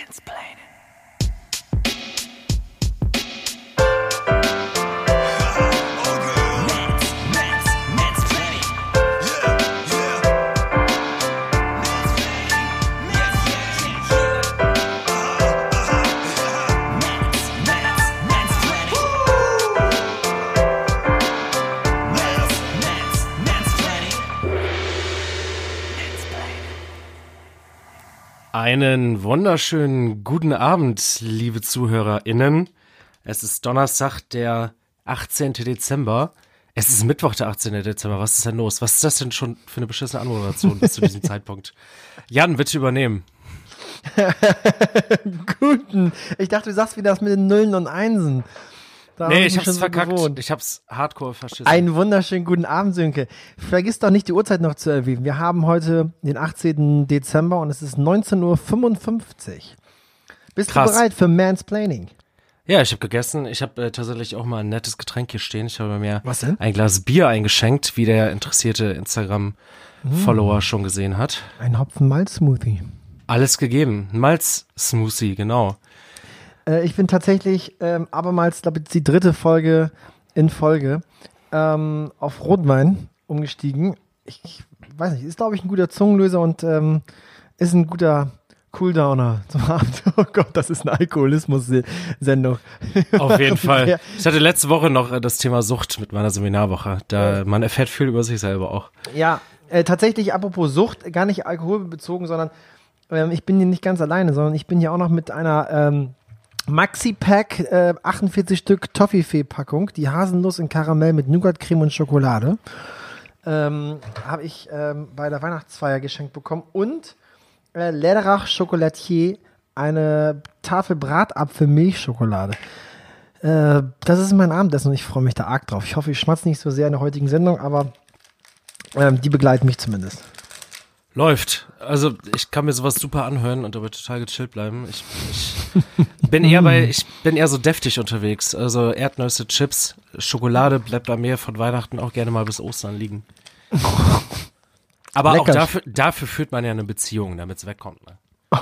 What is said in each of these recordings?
Mansplaining. Einen wunderschönen guten Abend, liebe ZuhörerInnen. Es ist Donnerstag, der 18. Dezember. Es ist Mittwoch, der 18. Dezember. Was ist denn los? Was ist das denn schon für eine beschissene Anmoderation bis zu diesem Zeitpunkt? Jan, bitte übernehmen. Guten. Ich dachte, du sagst wieder das mit den Nullen und Einsen. Nee, ich hab's verkackt. Gewohnt. Ich hab's hardcore verschissen. Einen wunderschönen guten Abend, Sönke. Vergiss doch nicht, die Uhrzeit noch zu erwähnen. Wir haben heute den 18. Dezember und es ist 19.55 Uhr. Bist Krass. du bereit für Mansplaining? Ja, ich habe gegessen. Ich habe tatsächlich auch mal ein nettes Getränk hier stehen. Ich habe mir Was denn? ein Glas Bier eingeschenkt, wie der interessierte Instagram-Follower schon gesehen hat. Ein Hopfen-Malz-Smoothie. Alles gegeben. Malz-Smoothie, genau. Ich bin tatsächlich abermals, glaube ich, die dritte Folge in Folge auf Rotwein umgestiegen. Ich weiß nicht, ist, glaube ich, ein guter Zungenlöser und ist ein guter Cooldowner zum Abend. Oh Gott, das ist eine Alkoholismus-Sendung. Auf jeden Fall. Ich hatte letzte Woche noch das Thema Sucht mit meiner Seminarwoche. Man erfährt viel über sich selber auch. Ja, tatsächlich, apropos Sucht, gar nicht alkoholbezogen, sondern ich bin hier nicht ganz alleine, sondern ich bin hier auch noch mit einer Maxi-Pack, 48 Stück Toffifee-Packung, die Haselnuss in Karamell mit Nougat-Creme und Schokolade. Habe ich bei der Weihnachtsfeier geschenkt bekommen. Und Läderach Chocolatier, eine Tafel Bratapfel-Milchschokolade. Das ist mein Abendessen und ich freue mich da arg drauf. Ich hoffe, ich schmatze nicht so sehr in der heutigen Sendung, aber die begleiten mich zumindest. Läuft. Also ich kann mir sowas super anhören und dabei total gechillt bleiben. Ich bin eher so deftig unterwegs. Also Erdnüsse, Chips, Schokolade bleibt bei mir von Weihnachten auch gerne mal bis Ostern liegen. Aber Lecker. Auch dafür führt man ja eine Beziehung, damit es wegkommt. Ne?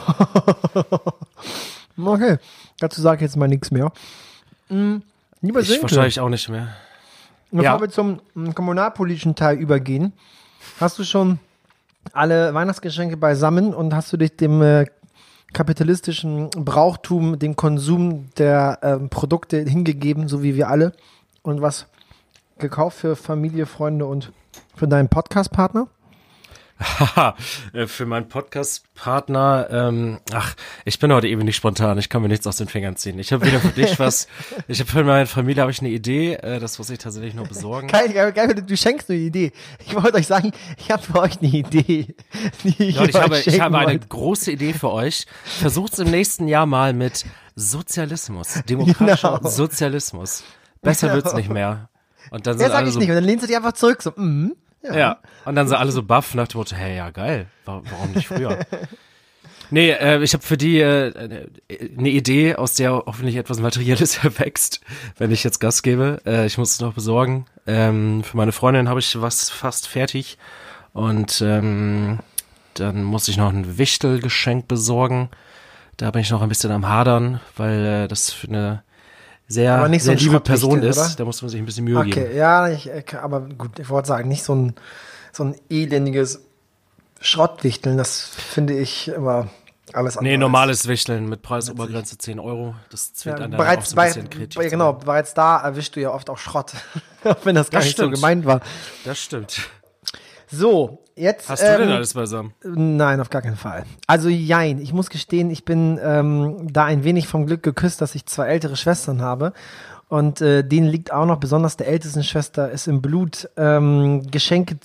Okay, dazu sage ich jetzt mal nichts mehr. Lieber Ich Sönke, wahrscheinlich auch nicht mehr. bevor wir zum kommunalpolitischen Teil übergehen, hast du schon alle Weihnachtsgeschenke beisammen und hast du dich dem kapitalistischen Brauchtum, dem Konsum der Produkte hingegeben, so wie wir alle, und was gekauft für Familie, Freunde und für deinen Podcast-Partner? Haha, für meinen Podcast-Partner, ich bin heute eben nicht spontan, ich kann mir nichts aus den Fingern ziehen. Ich habe wieder für dich was, für meine Familie habe ich eine Idee, das muss ich tatsächlich noch besorgen. Geil, du schenkst eine Idee. Ich wollte euch sagen, ich habe für euch eine Idee. Leute, ich habe eine große Idee für euch. Versucht's im nächsten Jahr mal mit Sozialismus, demokratischer Sozialismus. Besser wird's nicht mehr. Und dann sind sag alle ich so, nicht, und dann lehnst du dich einfach zurück, so, Ja, und dann sind alle so baff nach dem Motto, hey, ja geil, warum nicht früher? Nee, ich habe für die eine Idee, aus der hoffentlich etwas Materielles erwächst, wenn ich jetzt Gas gebe. Ich muss es noch besorgen. Für meine Freundin habe ich was fast fertig und dann muss ich noch ein Wichtelgeschenk besorgen. Da bin ich noch ein bisschen am Hadern, weil das für eine sehr nicht so ein liebe Person Schrottwichtel, ist. oder? Da muss man sich ein bisschen Mühe geben. Okay, ja, aber gut, ich wollte sagen, nicht so ein elendiges Schrottwichteln, das finde ich immer alles andere. Nee, normales Wichteln mit Preisobergrenze 10 Euro. Das zwingt einen dann auch bereits so ein bisschen kreativ zu sein. Genau, bereits da erwischst du ja oft auch Schrott, auch wenn das gar nicht so gemeint war. Das stimmt. So, jetzt. Hast du denn alles beisammen? Nein, auf gar keinen Fall. Also jein, ich muss gestehen, ich bin da ein wenig vom Glück geküsst, dass ich 2 ältere Schwestern habe. Und denen liegt auch noch, besonders der ältesten Schwester, ist im Blut, Geschenke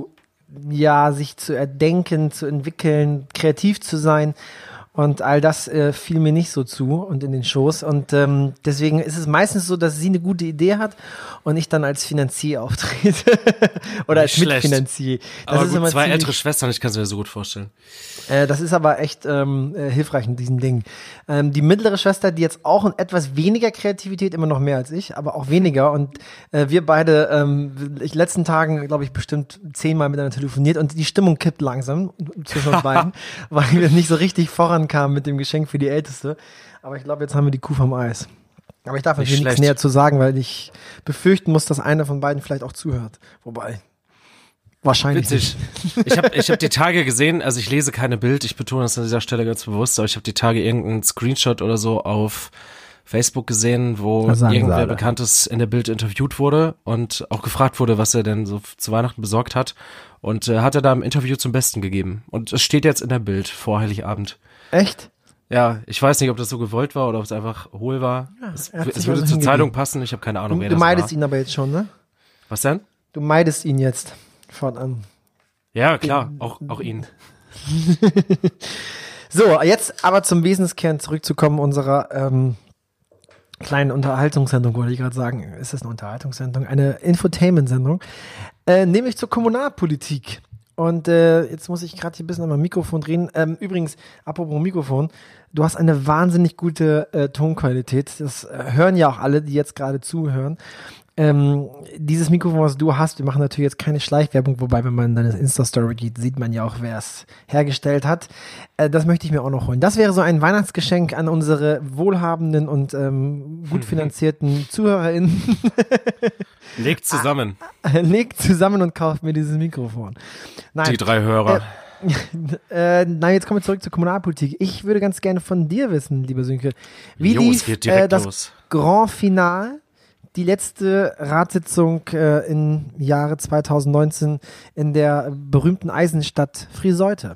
sich zu erdenken, zu entwickeln, kreativ zu sein. Und all das fiel mir nicht so zu und in den Schoß. Und deswegen ist es meistens so, dass sie eine gute Idee hat und ich dann als Finanzier auftrete. Oder als Mitfinanzier. Aber ist gut, immer 2 ältere Schwestern, ich kann es mir so gut vorstellen. Das ist aber echt hilfreich in diesem Ding. Die mittlere Schwester, die jetzt auch in etwas weniger Kreativität, immer noch mehr als ich, aber auch weniger. Und wir beide, letzten Tagen, glaube ich, bestimmt 10-mal miteinander telefoniert und die Stimmung kippt langsam zwischen uns beiden, weil wir nicht so richtig vorankommen kam mit dem Geschenk für die Älteste. Aber ich glaube, jetzt haben wir die Kuh vom Eis. Aber ich darf natürlich nichts schlecht. näher zu sagen, weil ich befürchten muss, dass einer von beiden vielleicht auch zuhört. Wobei, wahrscheinlich Witzig. Ich hab die Tage gesehen, also ich lese keine Bild, ich betone das an dieser Stelle ganz bewusst, aber ich habe die Tage irgendeinen Screenshot oder so auf Facebook gesehen, wo irgendwer Bekanntes in der Bild interviewt wurde und auch gefragt wurde, was er denn so zu Weihnachten besorgt hat. Und hat er da im Interview zum Besten gegeben. Und es steht jetzt in der Bild vor Heiligabend. Echt? Ja, ich weiß nicht, ob das so gewollt war oder ob es einfach hohl war. Ja, es er hat sich würde also zur Zeitung passen, ich habe keine Ahnung, wer Du das war. meidest ihn aber jetzt schon, ne? Was denn? Du meidest ihn jetzt fortan. Ja, klar, auch ihn. So, jetzt aber zum Wesenskern zurückzukommen unserer kleinen Unterhaltungssendung, wollte ich gerade sagen. Ist das eine Unterhaltungssendung? Eine Infotainment-Sendung. Nämlich zur Kommunalpolitik. Und jetzt muss ich gerade hier ein bisschen an meinem Mikrofon drehen. Übrigens, apropos Mikrofon, du hast eine wahnsinnig gute Tonqualität. Das hören ja auch alle, die jetzt gerade zuhören. Dieses Mikrofon, was du hast, wir machen natürlich jetzt keine Schleichwerbung, wobei, wenn man in deine Insta-Story geht, sieht man ja auch, wer es hergestellt hat. Das möchte ich mir auch noch holen. Das wäre so ein Weihnachtsgeschenk an unsere wohlhabenden und gut finanzierten ZuhörerInnen. Legt zusammen. Legt zusammen und kauft mir dieses Mikrofon. Nein. Die 3 Hörer. Nein, jetzt kommen wir zurück zur Kommunalpolitik. Ich würde ganz gerne von dir wissen, lieber Sönke, wie es geht direkt das los. Grand Finale, die letzte Ratssitzung im Jahre 2019 in der berühmten Eisenstadt Friseute.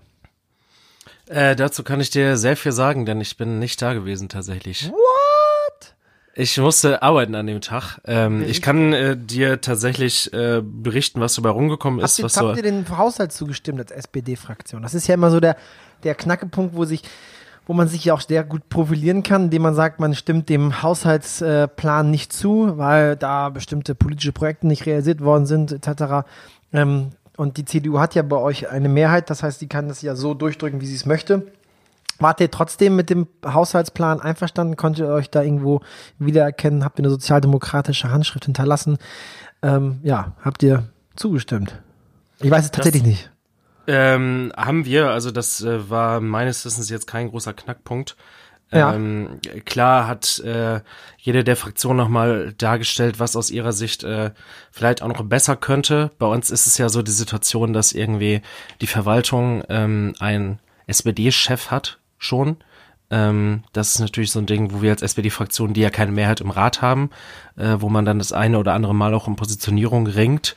Dazu kann ich dir sehr viel sagen, denn ich bin nicht da gewesen tatsächlich. What? Ich musste arbeiten an dem Tag. Ich kann dir tatsächlich berichten, was dabei rumgekommen ist. Habt ihr den Haushalt zugestimmt als SPD-Fraktion? Das ist ja immer so der Knackepunkt, wo man sich ja auch sehr gut profilieren kann, indem man sagt, man stimmt dem Haushaltsplan nicht zu, weil da bestimmte politische Projekte nicht realisiert worden sind, etc. Und die CDU hat ja bei euch eine Mehrheit, das heißt, die kann das ja so durchdrücken, wie sie es möchte. Wart ihr trotzdem mit dem Haushaltsplan einverstanden? Konntet ihr euch da irgendwo wiedererkennen? Habt ihr eine sozialdemokratische Handschrift hinterlassen? Habt ihr zugestimmt? Ich weiß es tatsächlich nicht. Haben wir, also das war meines Wissens jetzt kein großer Knackpunkt. Ja. Klar hat jede der Fraktionen nochmal dargestellt, was aus ihrer Sicht vielleicht auch noch besser könnte. Bei uns ist es ja so die Situation, dass irgendwie die Verwaltung einen SPD-Chef hat schon. Das ist natürlich so ein Ding, wo wir als SPD-Fraktion, die ja keine Mehrheit im Rat haben, wo man dann das eine oder andere Mal auch um Positionierung ringt.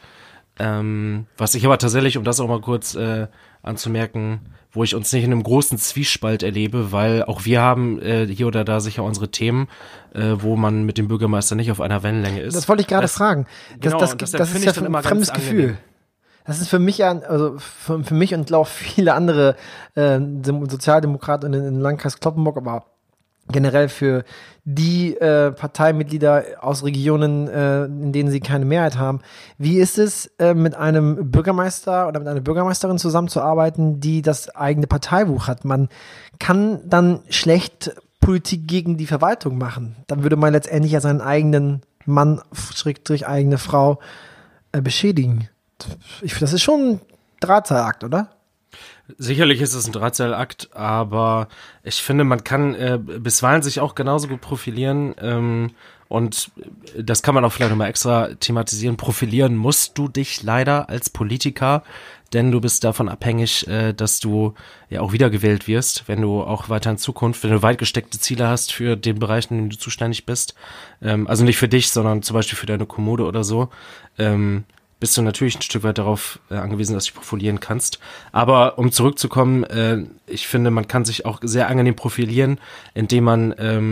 Was ich aber tatsächlich, um das auch mal kurz anzumerken, wo ich uns nicht in einem großen Zwiespalt erlebe, weil auch wir haben hier oder da sicher unsere Themen, wo man mit dem Bürgermeister nicht auf einer Wellenlänge ist. Das wollte ich gerade fragen. Das ist ja dann immer ein fremdes ganz Gefühl. angenehm. Das ist für mich ja, also für mich und glaube viele andere Sozialdemokraten in den Landkreis Cloppenburg, aber generell für die Parteimitglieder aus Regionen, in denen sie keine Mehrheit haben. Wie ist es, mit einem Bürgermeister oder mit einer Bürgermeisterin zusammenzuarbeiten, die das eigene Parteibuch hat? Man kann dann schlecht Politik gegen die Verwaltung machen. Dann würde man letztendlich ja seinen eigenen Mann, eigene Frau beschädigen. Das ist schon ein Drahtseilakt, oder? Sicherlich ist es ein Drahtseilakt, aber ich finde, man kann bisweilen sich auch genauso gut profilieren und das kann man auch vielleicht nochmal extra thematisieren. Profilieren musst du dich leider als Politiker, denn du bist davon abhängig, dass du ja auch wiedergewählt wirst, wenn du auch weiter in Zukunft, wenn du weit gesteckte Ziele hast für den Bereich, in dem du zuständig bist, also nicht für dich, sondern zum Beispiel für deine Kommode oder so, bist du natürlich ein Stück weit darauf angewiesen, dass du dich profilieren kannst. Aber um zurückzukommen, ich finde, man kann sich auch sehr angenehm profilieren, indem man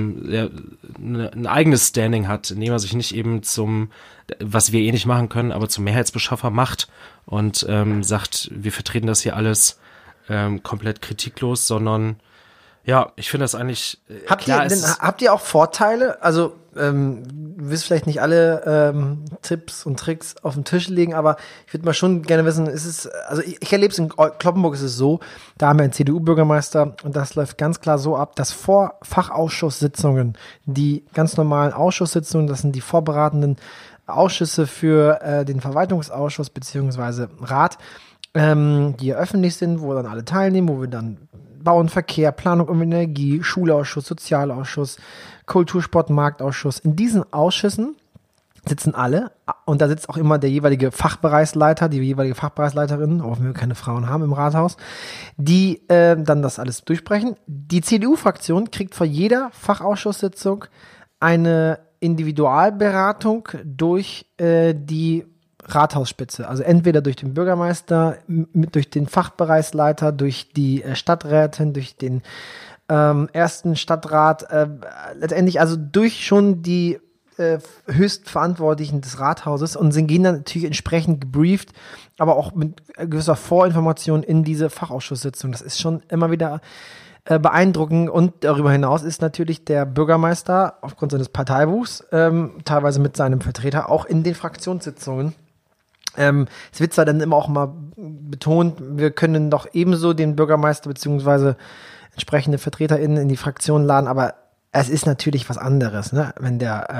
ein eigenes Standing hat, indem man sich nicht eben was wir nicht machen können, aber zum Mehrheitsbeschaffer macht und sagt, wir vertreten das hier alles komplett kritiklos, sondern ja, ich finde das eigentlich Habt ihr auch Vorteile? Also, du wirst vielleicht nicht alle Tipps und Tricks auf den Tisch legen, aber ich würde mal schon gerne wissen, ich erlebe es in Cloppenburg, ist es so, da haben wir einen CDU-Bürgermeister und das läuft ganz klar so ab, dass vor Fachausschusssitzungen, die ganz normalen Ausschusssitzungen, das sind die vorberatenden Ausschüsse für den Verwaltungsausschuss beziehungsweise Rat, die ja öffentlich sind, wo dann alle teilnehmen, wo wir dann Bau und Verkehr, Planung und Energie, Schulausschuss, Sozialausschuss, Kultur, Sport, Marktausschuss. In diesen Ausschüssen sitzen alle und da sitzt auch immer der jeweilige Fachbereichsleiter, die jeweilige Fachbereichsleiterin, auch wenn wir keine Frauen haben im Rathaus, die dann das alles durchsprechen. Die CDU-Fraktion kriegt vor jeder Fachausschusssitzung eine Individualberatung durch die Rathausspitze. Also entweder durch den Bürgermeister, durch den Fachbereichsleiter, durch die Stadträtin, durch den ersten Stadtrat, letztendlich also durch schon die Höchstverantwortlichen des Rathauses und sie gehen dann natürlich entsprechend gebrieft, aber auch mit gewisser Vorinformation in diese Fachausschusssitzung. Das ist schon immer wieder beeindruckend und darüber hinaus ist natürlich der Bürgermeister aufgrund seines Parteibuchs teilweise mit seinem Vertreter auch in den Fraktionssitzungen. Es wird zwar dann immer auch mal betont, wir können doch ebenso den Bürgermeister beziehungsweise entsprechende VertreterInnen in die Fraktion laden, aber es ist natürlich was anderes, ne? Wenn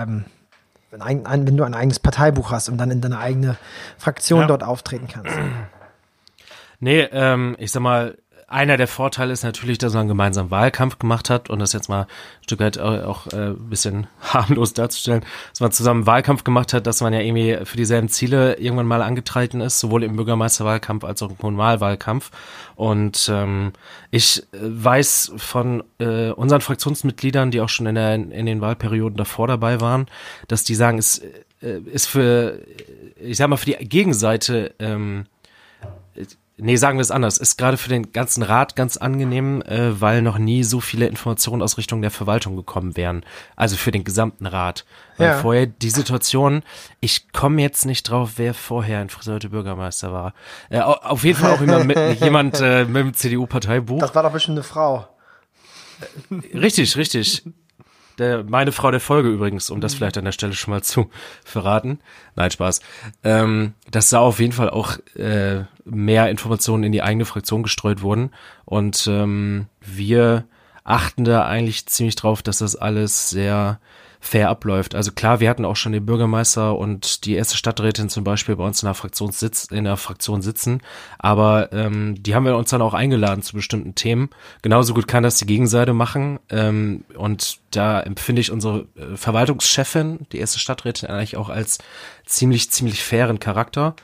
wenn du ein eigenes Parteibuch hast und dann in deine eigene Fraktion dort auftreten kannst. Nee, ich sag mal, einer der Vorteile ist natürlich, dass man einen gemeinsamen Wahlkampf gemacht hat und das jetzt mal ein Stück weit auch ein bisschen harmlos darzustellen, dass man zusammen einen Wahlkampf gemacht hat, dass man ja irgendwie für dieselben Ziele irgendwann mal angetreten ist, sowohl im Bürgermeisterwahlkampf als auch im Kommunalwahlkampf. Und ich weiß von unseren Fraktionsmitgliedern, die auch schon in den Wahlperioden davor dabei waren, dass die sagen, es ist für die Gegenseite sagen wir es anders. Ist gerade für den ganzen Rat ganz angenehm, weil noch nie so viele Informationen aus Richtung der Verwaltung gekommen wären. Also für den gesamten Rat. Weil vorher die Situation, ich komme jetzt nicht drauf, wer vorher ein Friseute Bürgermeister war. Auf jeden Fall auch immer jemand mit dem CDU-Parteibuch. Das war doch bestimmt eine Frau. Richtig. Meine Frau der Folge übrigens, um das vielleicht an der Stelle schon mal zu verraten. Nein, Spaß. Dass da auf jeden Fall auch mehr Informationen in die eigene Fraktion gestreut wurden. Und wir achten da eigentlich ziemlich drauf, dass das alles sehr fair abläuft. Also klar, wir hatten auch schon den Bürgermeister und die erste Stadträtin zum Beispiel bei uns in der Fraktion sitzen, aber die haben wir uns dann auch eingeladen zu bestimmten Themen. Genauso gut kann das die Gegenseite machen und da empfinde ich unsere Verwaltungschefin, die erste Stadträtin, eigentlich auch als ziemlich fairen Charakter.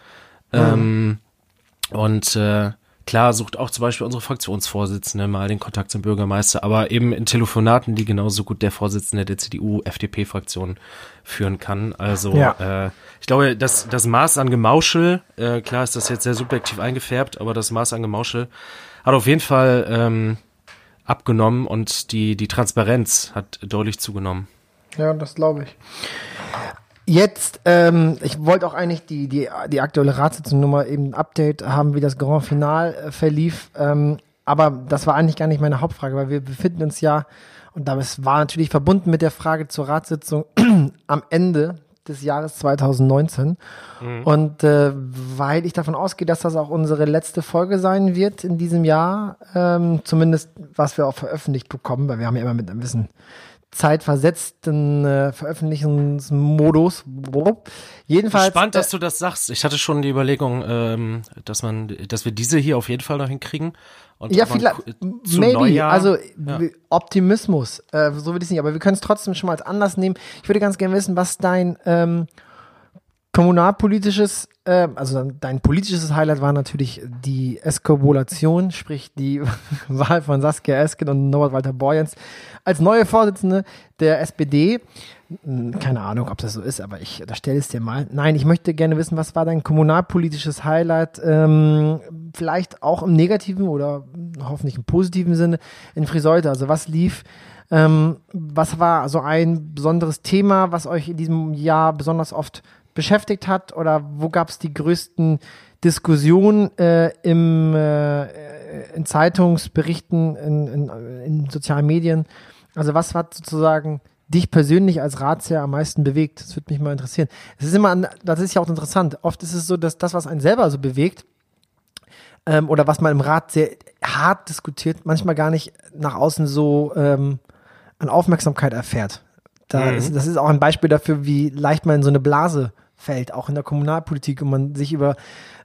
Klar sucht auch zum Beispiel unsere Fraktionsvorsitzende mal den Kontakt zum Bürgermeister, aber eben in Telefonaten, die genauso gut der Vorsitzende der CDU-FDP-Fraktion führen kann. Also ich glaube, das Maß an Gemauschel, klar ist das jetzt sehr subjektiv eingefärbt, aber das Maß an Gemauschel hat auf jeden Fall abgenommen und die Transparenz hat deutlich zugenommen. Ja, das glaube ich. Jetzt, ich wollte auch eigentlich die aktuelle Ratssitzung nur mal eben ein Update haben, wie das Grand Final verlief, aber das war eigentlich gar nicht meine Hauptfrage, weil wir befinden uns ja, und das war natürlich verbunden mit der Frage zur Ratssitzung am Ende des Jahres 2019 und weil ich davon ausgehe, dass das auch unsere letzte Folge sein wird in diesem Jahr, zumindest was wir auch veröffentlicht bekommen, weil wir haben ja immer mit einem gewissen zeitversetzten Veröffentlichungsmodus. Jedenfalls. Spannend, dass du das sagst. Ich hatte schon die Überlegung, dass wir diese hier auf jeden Fall noch hinkriegen. Und ja, vielleicht, maybe, Neujahr, also Optimismus, so würde ich es nicht, aber wir können es trotzdem schon mal als Anlass nehmen. Ich würde ganz gerne wissen, was dein kommunalpolitisches, also dein politisches Highlight war natürlich die Eskorpolation, sprich die Wahl von Saskia Esken und Norbert Walter Borjans als neue Vorsitzende der SPD. Keine Ahnung, ob das so ist, aber ich stelle es dir mal. Nein, ich möchte gerne wissen, was war dein kommunalpolitisches Highlight, vielleicht auch im negativen oder hoffentlich im positiven Sinne in Friseute. Also was lief, was war so ein besonderes Thema, was euch in diesem Jahr besonders oft beschäftigt hat, oder wo gab es die größten Diskussionen in Zeitungsberichten, in sozialen Medien? Also was hat sozusagen dich persönlich als Ratsherr am meisten bewegt? Das würde mich mal interessieren. Das ist ja auch interessant. Oft ist es so, dass das, was einen selber so bewegt, oder was man im Rat sehr hart diskutiert, manchmal gar nicht nach außen so an Aufmerksamkeit erfährt. Das ist auch ein Beispiel dafür, wie leicht man in so eine Blase fällt, auch in der Kommunalpolitik, und man sich über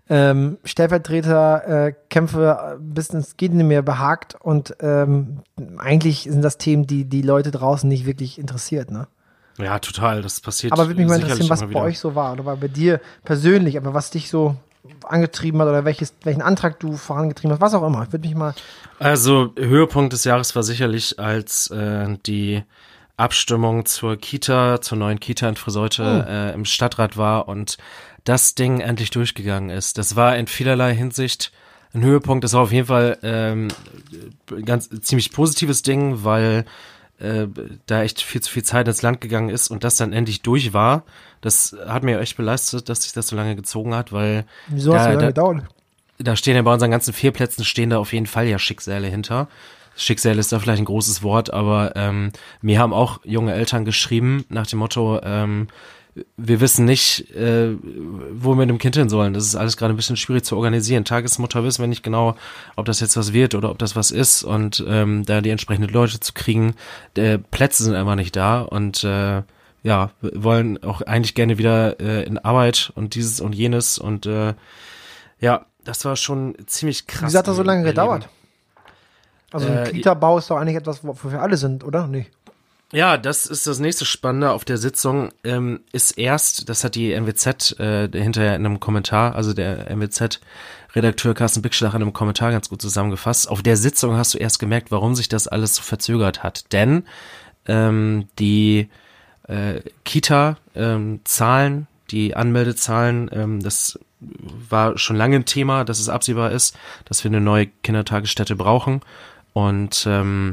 Stellvertreterkämpfe bis ins Geht nicht mehr behagt, und eigentlich sind das Themen, die Leute draußen nicht wirklich interessiert, ne? Ja, total, das passiert. Aber würde mich mal interessieren, was sicherlich bei euch so war, oder war bei dir persönlich, aber was dich so angetrieben hat, oder welchen Antrag du vorangetrieben hast, was auch immer. Würde mich mal. Also Höhepunkt des Jahres war sicherlich, als die Abstimmung zur neuen Kita in Friseute im Stadtrat war und das Ding endlich durchgegangen ist. Das war in vielerlei Hinsicht ein Höhepunkt. Das war auf jeden Fall ein ganz ziemlich positives Ding, weil da echt viel zu viel Zeit ins Land gegangen ist und das dann endlich durch war. Das hat mir echt belastet, dass sich das so lange gezogen hat, weil Wieso hast du lange gedauert? Da stehen ja bei unseren ganzen 4 Plätzen stehen da auf jeden Fall ja Schicksale hinter. Schicksal ist da vielleicht ein großes Wort, aber mir haben auch junge Eltern geschrieben nach dem Motto, wir wissen nicht, wo wir mit dem Kind hin sollen. Das ist alles gerade ein bisschen schwierig zu organisieren. Tagesmutter wissen wir nicht genau, ob das jetzt was wird oder ob das was ist, und da die entsprechenden Leute zu kriegen, Plätze sind einfach nicht da, und ja, wir wollen auch eigentlich gerne wieder in Arbeit und dieses und jenes, und ja, das war schon ziemlich krass. Wieso hat das so lange gedauert? Also ein Kita-Bau ist doch eigentlich etwas, wofür wir alle sind, oder? Nee. Ja, das ist das nächste Spannende auf der Sitzung, ist erst, das hat die NWZ hinterher in einem Kommentar, also der NWZ-Redakteur Carsten Bickschlag in einem Kommentar ganz gut zusammengefasst. Auf der Sitzung hast du erst gemerkt, warum sich das alles so verzögert hat. Denn die Kita-Zahlen, die Anmeldezahlen, das war schon lange ein Thema, dass es absehbar ist, dass wir eine neue Kindertagesstätte brauchen. Und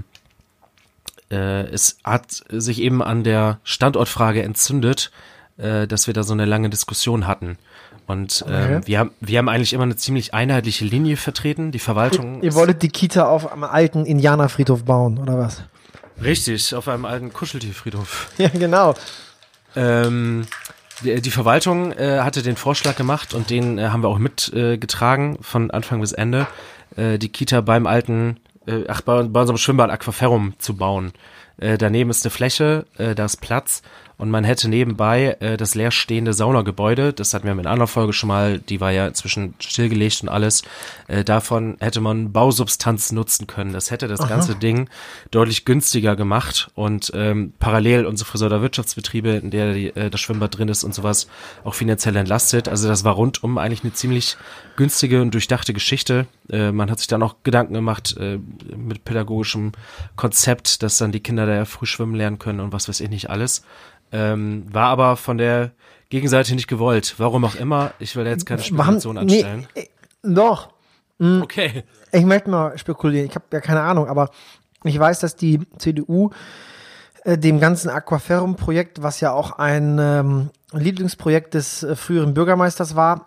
es hat sich eben an der Standortfrage entzündet, dass wir da so eine lange Diskussion hatten. Und wir haben eigentlich immer eine ziemlich einheitliche Linie vertreten. Die Verwaltung. Ihr wolltet die Kita auf einem alten Indianerfriedhof bauen, oder was? Richtig, auf einem alten Kuscheltierfriedhof. Ja, genau. Die Verwaltung hatte den Vorschlag gemacht, und den haben wir auch mitgetragen von Anfang bis Ende, die Kita beim alten bei unserem Schwimmbad Aquaferrum zu bauen. Daneben ist eine Fläche, da ist Platz, und man hätte nebenbei das leerstehende Saunagebäude, das hatten wir in einer Folge schon mal, die war ja inzwischen stillgelegt und alles, davon hätte man Bausubstanz nutzen können. Das hätte das ganze Ding deutlich günstiger gemacht, und parallel unsere Friseurter Wirtschaftsbetriebe, in der das Schwimmbad drin ist und sowas, auch finanziell entlastet. Also das war rundum eigentlich eine ziemlich günstige und durchdachte Geschichte. Man hat sich dann auch Gedanken gemacht mit pädagogischem Konzept, dass dann die Kinder da ja früh schwimmen lernen können und was weiß ich nicht alles. War aber von der Gegenseite nicht gewollt. Warum auch immer. Ich will jetzt keine Spekulation anstellen. Nee, doch. Okay. Ich möchte mal spekulieren. Ich habe ja keine Ahnung, aber ich weiß, dass die CDU dem ganzen Aquaferrum-Projekt, was ja auch ein Lieblingsprojekt des früheren Bürgermeisters war,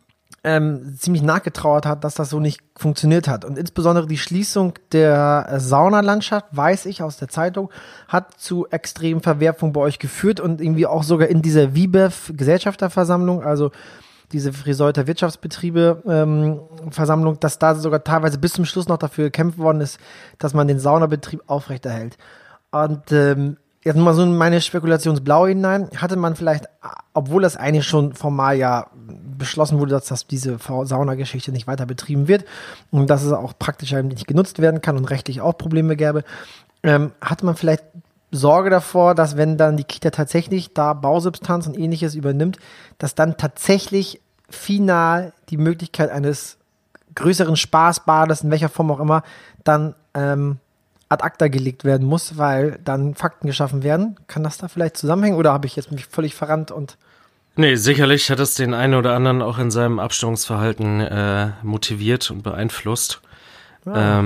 ziemlich nachgetrauert hat, dass das so nicht funktioniert hat. Und insbesondere die Schließung der Saunalandschaft, weiß ich aus der Zeitung, hat zu extremen Verwerfungen bei euch geführt, und irgendwie auch sogar in dieser WIBEF Gesellschafterversammlung, also diese Friseurter Wirtschaftsbetriebe Versammlung, dass da sogar teilweise bis zum Schluss noch dafür gekämpft worden ist, dass man den Saunabetrieb aufrechterhält. Und jetzt mal so in meine Spekulationsblaue hinein, hatte man vielleicht, obwohl das eigentlich schon formal ja beschlossen wurde, dass diese Saunageschichte nicht weiter betrieben wird und dass es auch praktisch nicht genutzt werden kann und rechtlich auch Probleme gäbe, hatte man vielleicht Sorge davor, dass wenn dann die Kita tatsächlich da Bausubstanz und ähnliches übernimmt, dass dann tatsächlich final die Möglichkeit eines größeren Spaßbades, in welcher Form auch immer, dann ad acta gelegt werden muss, weil dann Fakten geschaffen werden. Kann das da vielleicht zusammenhängen, oder habe ich jetzt mich völlig verrannt und... Nee, sicherlich hat es den einen oder anderen auch in seinem Abstimmungsverhalten motiviert und beeinflusst. Ja,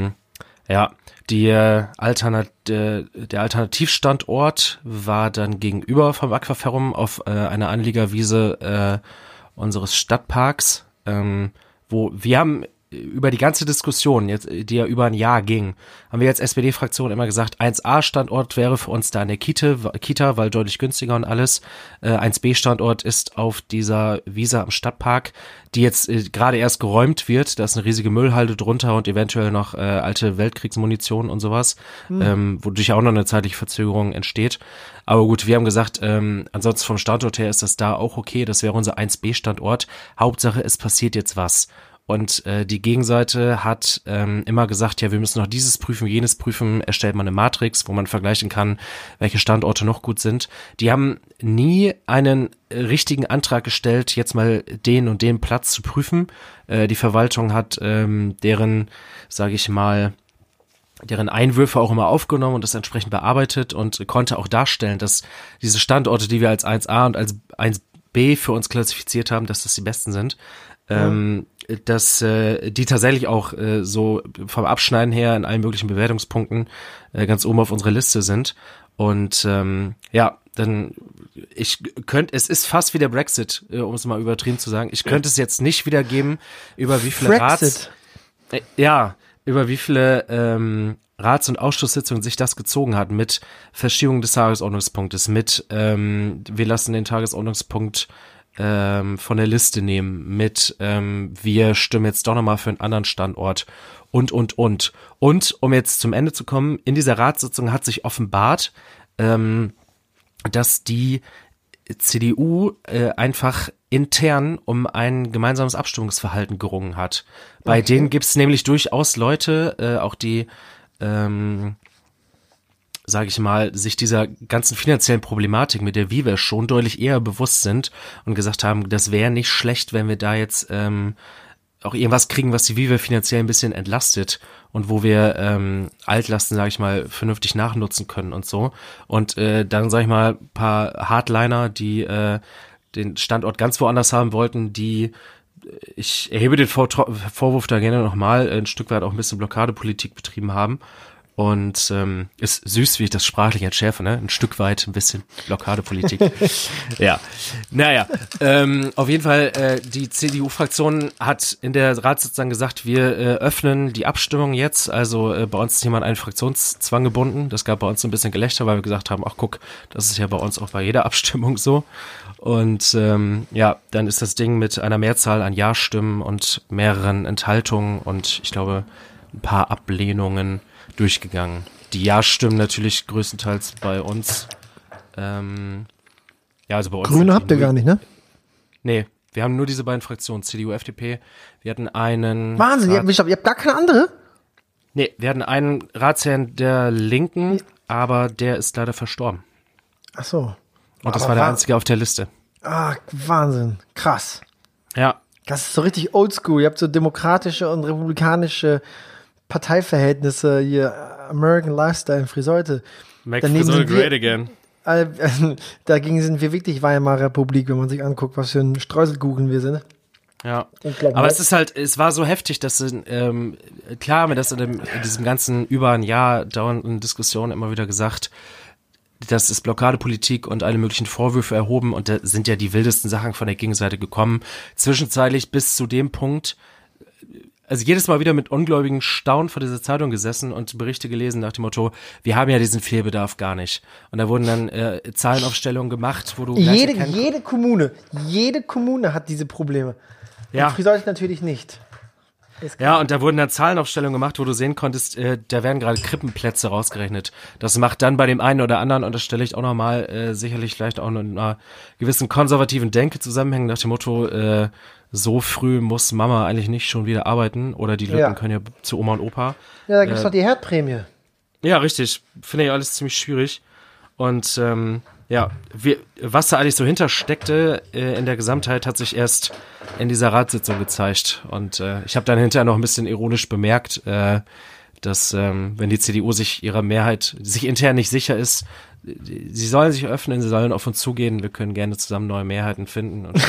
der Alternativstandort war dann gegenüber vom Aquaferrum auf einer Anliegerwiese unseres Stadtparks, wo wir haben über die ganze Diskussion, jetzt, die ja über ein Jahr ging, haben wir als SPD-Fraktion immer gesagt, 1A-Standort wäre für uns da eine Kita, weil deutlich günstiger und alles. 1B-Standort ist auf dieser Wiese am Stadtpark, die jetzt gerade erst geräumt wird. Da ist eine riesige Müllhalde drunter und eventuell noch alte Weltkriegsmunition und sowas, wodurch auch noch eine zeitliche Verzögerung entsteht. Aber gut, wir haben gesagt, ansonsten vom Standort her ist das da auch okay. Das wäre unser 1B-Standort. Hauptsache, es passiert jetzt was. Und die Gegenseite hat immer gesagt, ja, wir müssen noch dieses prüfen, jenes prüfen, erstellt man eine Matrix, wo man vergleichen kann, welche Standorte noch gut sind. Die haben nie einen richtigen Antrag gestellt, jetzt mal den und den Platz zu prüfen. Die Verwaltung hat deren, sage ich mal, deren Einwürfe auch immer aufgenommen und das entsprechend bearbeitet und konnte auch darstellen, dass diese Standorte, die wir als 1A und als 1B für uns klassifiziert haben, dass das die besten sind. Dass die tatsächlich auch so vom Abschneiden her in allen möglichen Bewertungspunkten ganz oben auf unserer Liste sind. Und ja, dann es ist fast wie der Brexit, um es mal übertrieben zu sagen. Ich könnte es jetzt nicht wiedergeben, über wie viele über wie viele Rats- und Ausschusssitzungen sich das gezogen hat, mit Verschiebung des Tagesordnungspunktes, mit wir lassen den Tagesordnungspunkt von der Liste nehmen, mit wir stimmen jetzt doch nochmal für einen anderen Standort und. Und um jetzt zum Ende zu kommen, in dieser Ratssitzung hat sich offenbart, dass die CDU einfach intern um ein gemeinsames Abstimmungsverhalten gerungen hat. Bei denen gibt es nämlich durchaus Leute, auch die sage ich mal, sich dieser ganzen finanziellen Problematik, mit der wir schon deutlich eher bewusst sind und gesagt haben, das wäre nicht schlecht, wenn wir da jetzt auch irgendwas kriegen, was die Viva finanziell ein bisschen entlastet und wo wir Altlasten, sage ich mal, vernünftig nachnutzen können und so. Und dann, sage ich mal, ein paar Hardliner, die den Standort ganz woanders haben wollten, ich erhebe den Vorwurf da gerne nochmal, ein Stück weit auch ein bisschen Blockadepolitik betrieben haben. Und ist süß, wie ich das sprachlich entschärfe, ne? Ein Stück weit ein bisschen Blockadepolitik. Ja, naja, auf jeden Fall, die CDU-Fraktion hat in der Ratssitzung gesagt, wir öffnen die Abstimmung jetzt. Also bei uns ist jemand einen Fraktionszwang gebunden. Das gab bei uns so ein bisschen Gelächter, weil wir gesagt haben, ach guck, das ist ja bei uns auch bei jeder Abstimmung so. Und ja, dann ist das Ding mit einer Mehrzahl an Ja-Stimmen und mehreren Enthaltungen und ich glaube ein paar Ablehnungen durchgegangen. Die Ja-Stimmen natürlich größtenteils bei uns. Ja, also bei uns. Grüne habt ihr gar nicht, ne? Nee, wir haben nur diese beiden Fraktionen, CDU, FDP. Wir hatten einen... Wahnsinn, ihr habt gar keine andere? Nee, wir hatten einen Ratsherrn der Linken, aber der ist leider verstorben. Ach so. Und das war der einzige auf der Liste. Ah, Wahnsinn. Krass. Ja. Das ist so richtig oldschool. Ihr habt so demokratische und republikanische Parteiverhältnisse hier, American Lifestyle, Friseute. Make Friseute great again. Dagegen sind wir wirklich Weimarer Republik, wenn man sich anguckt, was für ein Streuselkuchen wir sind. Ja, aber es war so heftig, dass klar haben wir das in diesem ganzen über ein Jahr dauernden Diskussion immer wieder gesagt, das ist Blockadepolitik und alle möglichen Vorwürfe erhoben und da sind ja die wildesten Sachen von der Gegenseite gekommen. Zwischenzeitlich bis zu dem Punkt, also jedes Mal wieder mit ungläubigen Staunen vor dieser Zeitung gesessen und Berichte gelesen nach dem Motto, wir haben ja diesen Fehlbedarf gar nicht. Und da wurden dann Zahlenaufstellungen gemacht, wo du jede Kommune hat diese Probleme. Ja. Und Friseute natürlich nicht. Ja, und da wurden dann Zahlenaufstellungen gemacht, wo du sehen konntest, da werden gerade Krippenplätze rausgerechnet. Das macht dann bei dem einen oder anderen, und das stelle ich auch nochmal, sicherlich vielleicht auch mit einer gewissen konservativen Denke zusammenhängen, nach dem Motto, so früh muss Mama eigentlich nicht schon wieder arbeiten oder die Lütten können ja zu Oma und Opa. Ja, da gibt's doch die Herdprämie. Ja, richtig. Finde ich alles ziemlich schwierig. Und ja, was da eigentlich so hintersteckte in der Gesamtheit, hat sich erst in dieser Ratssitzung gezeigt. Und ich habe dann hinterher noch ein bisschen ironisch bemerkt, dass wenn die CDU sich ihrer Mehrheit, sich intern nicht sicher ist, sie sollen sich öffnen, sie sollen auf uns zugehen, wir können gerne zusammen neue Mehrheiten finden. Und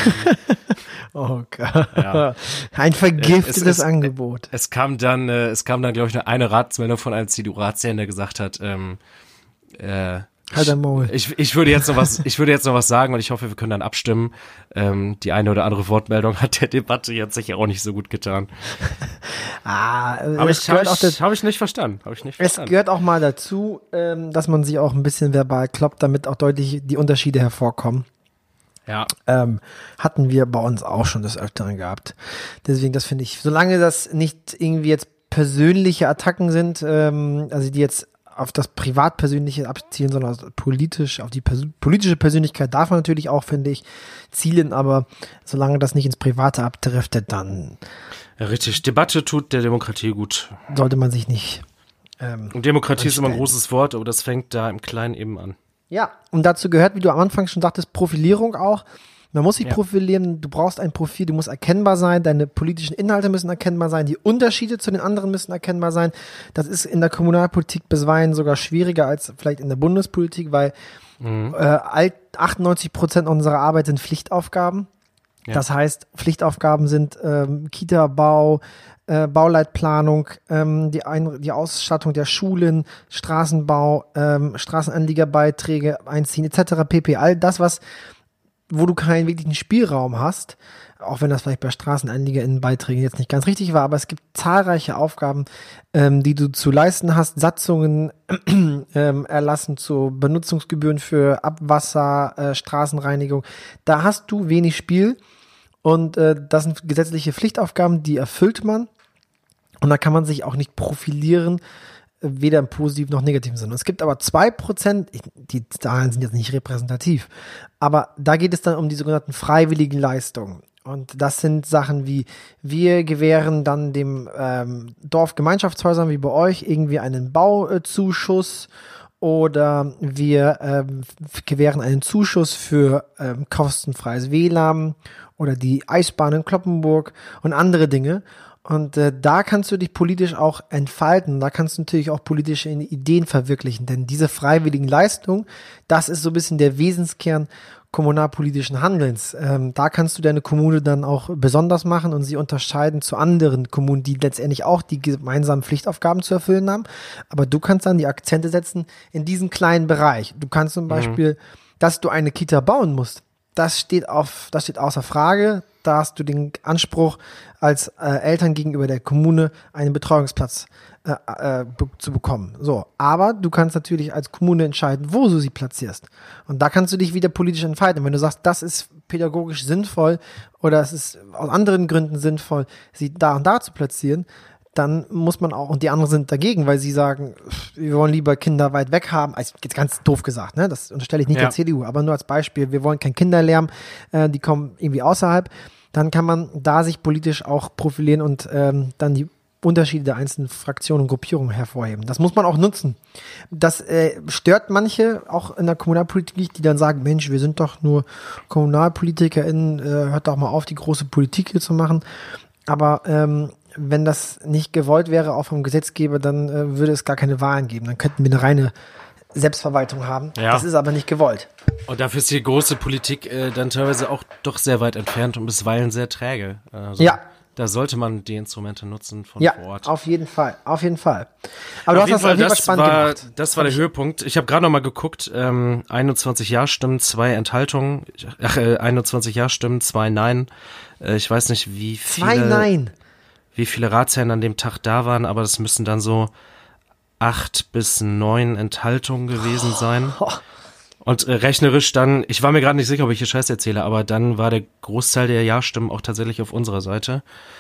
oh Gott. Ja. Ein vergiftetes Angebot. Es kam dann, glaube ich, eine Ratsmeldung von einem CDU-Ratsherrn, der gesagt hat, Halt dein Maul. Ich würde jetzt noch was sagen und ich hoffe, wir können dann abstimmen. Die eine oder andere Wortmeldung hat der Debatte jetzt sicher auch nicht so gut getan. Aber Habe ich nicht verstanden. Es gehört auch mal dazu, dass man sich auch ein bisschen verbal kloppt, damit auch deutlich die Unterschiede hervorkommen. Ja. Hatten wir bei uns auch schon des Öfteren gehabt. Deswegen, das finde ich, solange das nicht irgendwie jetzt persönliche Attacken sind, also die jetzt auf das Privatpersönliche abzielen, sondern politisch, auf die politische Persönlichkeit darf man natürlich auch, finde ich, zielen, aber solange das nicht ins Private abdriftet, dann ja, richtig. Debatte tut der Demokratie gut. Sollte man sich nicht und Demokratie ist immer ein großes Wort, aber das fängt da im Kleinen eben an. Ja, und dazu gehört, wie du am Anfang schon sagtest, Profilierung auch. Man muss sich profilieren, du brauchst ein Profil, du musst erkennbar sein, deine politischen Inhalte müssen erkennbar sein, die Unterschiede zu den anderen müssen erkennbar sein. Das ist in der Kommunalpolitik bisweilen sogar schwieriger als vielleicht in der Bundespolitik, weil 98% unserer Arbeit sind Pflichtaufgaben. Ja. Das heißt, Pflichtaufgaben sind Kita-Bau, Bauleitplanung, die Ausstattung der Schulen, Straßenbau, Straßenanliegerbeiträge einziehen etc. pp. All das, wo du keinen wirklichen Spielraum hast, auch wenn das vielleicht bei StraßenanliegerInnen-Beiträgen jetzt nicht ganz richtig war, aber es gibt zahlreiche Aufgaben, die du zu leisten hast, Satzungen erlassen zu Benutzungsgebühren für Abwasser, Straßenreinigung. Da hast du wenig Spiel und das sind gesetzliche Pflichtaufgaben, die erfüllt man und da kann man sich auch nicht profilieren, weder im positiven noch negativen Sinne. Es gibt aber 2%, die Zahlen sind jetzt nicht repräsentativ, aber da geht es dann um die sogenannten freiwilligen Leistungen. Und das sind Sachen wie, wir gewähren dann dem Dorfgemeinschaftshäusern wie bei euch irgendwie einen Bauzuschuss oder wir gewähren einen Zuschuss für kostenfreies WLAN oder die Eisbahn in Cloppenburg und andere Dinge. Und da kannst du dich politisch auch entfalten. Da kannst du natürlich auch politische Ideen verwirklichen. Denn diese freiwilligen Leistungen, das ist so ein bisschen der Wesenskern kommunalpolitischen Handelns. Da kannst du deine Kommune dann auch besonders machen und sie unterscheiden zu anderen Kommunen, die letztendlich auch die gemeinsamen Pflichtaufgaben zu erfüllen haben. Aber du kannst dann die Akzente setzen in diesen kleinen Bereich. Du kannst zum Beispiel, dass du eine Kita bauen musst. Das steht außer Frage. Da hast du den Anspruch, als Eltern gegenüber der Kommune einen Betreuungsplatz zu bekommen. So, aber du kannst natürlich als Kommune entscheiden, wo du sie platzierst. Und da kannst du dich wieder politisch entfalten. Wenn du sagst, das ist pädagogisch sinnvoll oder es ist aus anderen Gründen sinnvoll, sie da und da zu platzieren, dann muss man auch, und die anderen sind dagegen, weil sie sagen, wir wollen lieber Kinder weit weg haben, also jetzt ganz doof gesagt, ne? Das unterstelle ich nicht der CDU, aber nur als Beispiel, wir wollen keinen Kinderlärm, die kommen irgendwie außerhalb, dann kann man da sich politisch auch profilieren und dann die Unterschiede der einzelnen Fraktionen und Gruppierungen hervorheben. Das muss man auch nutzen. Das stört manche, auch in der Kommunalpolitik, die dann sagen, Mensch, wir sind doch nur KommunalpolitikerInnen, hört doch mal auf, die große Politik hier zu machen. Aber wenn das nicht gewollt wäre, auch vom Gesetzgeber, dann würde es gar keine Wahlen geben. Dann könnten wir eine reine Selbstverwaltung haben. Ja. Das ist aber nicht gewollt. Und dafür ist die große Politik dann teilweise auch doch sehr weit entfernt und bisweilen sehr träge. Also ja. Da sollte man die Instrumente nutzen von vor Ort. Ja, auf jeden Fall. Aber du hast das auf jeden Fall spannend gemacht. Das war der Höhepunkt. Ich habe gerade noch mal geguckt, 21 Ja-Stimmen, 2 Enthaltungen. 21 Ja-Stimmen, 2 Nein. Ich weiß nicht, wie viele Ratsherren an dem Tag da waren, aber das müssen dann so 8 bis 9 Enthaltungen gewesen sein. Und rechnerisch dann, ich war mir gerade nicht sicher, ob ich hier Scheiß erzähle, aber dann war der Großteil der Ja-Stimmen auch tatsächlich auf unserer Seite.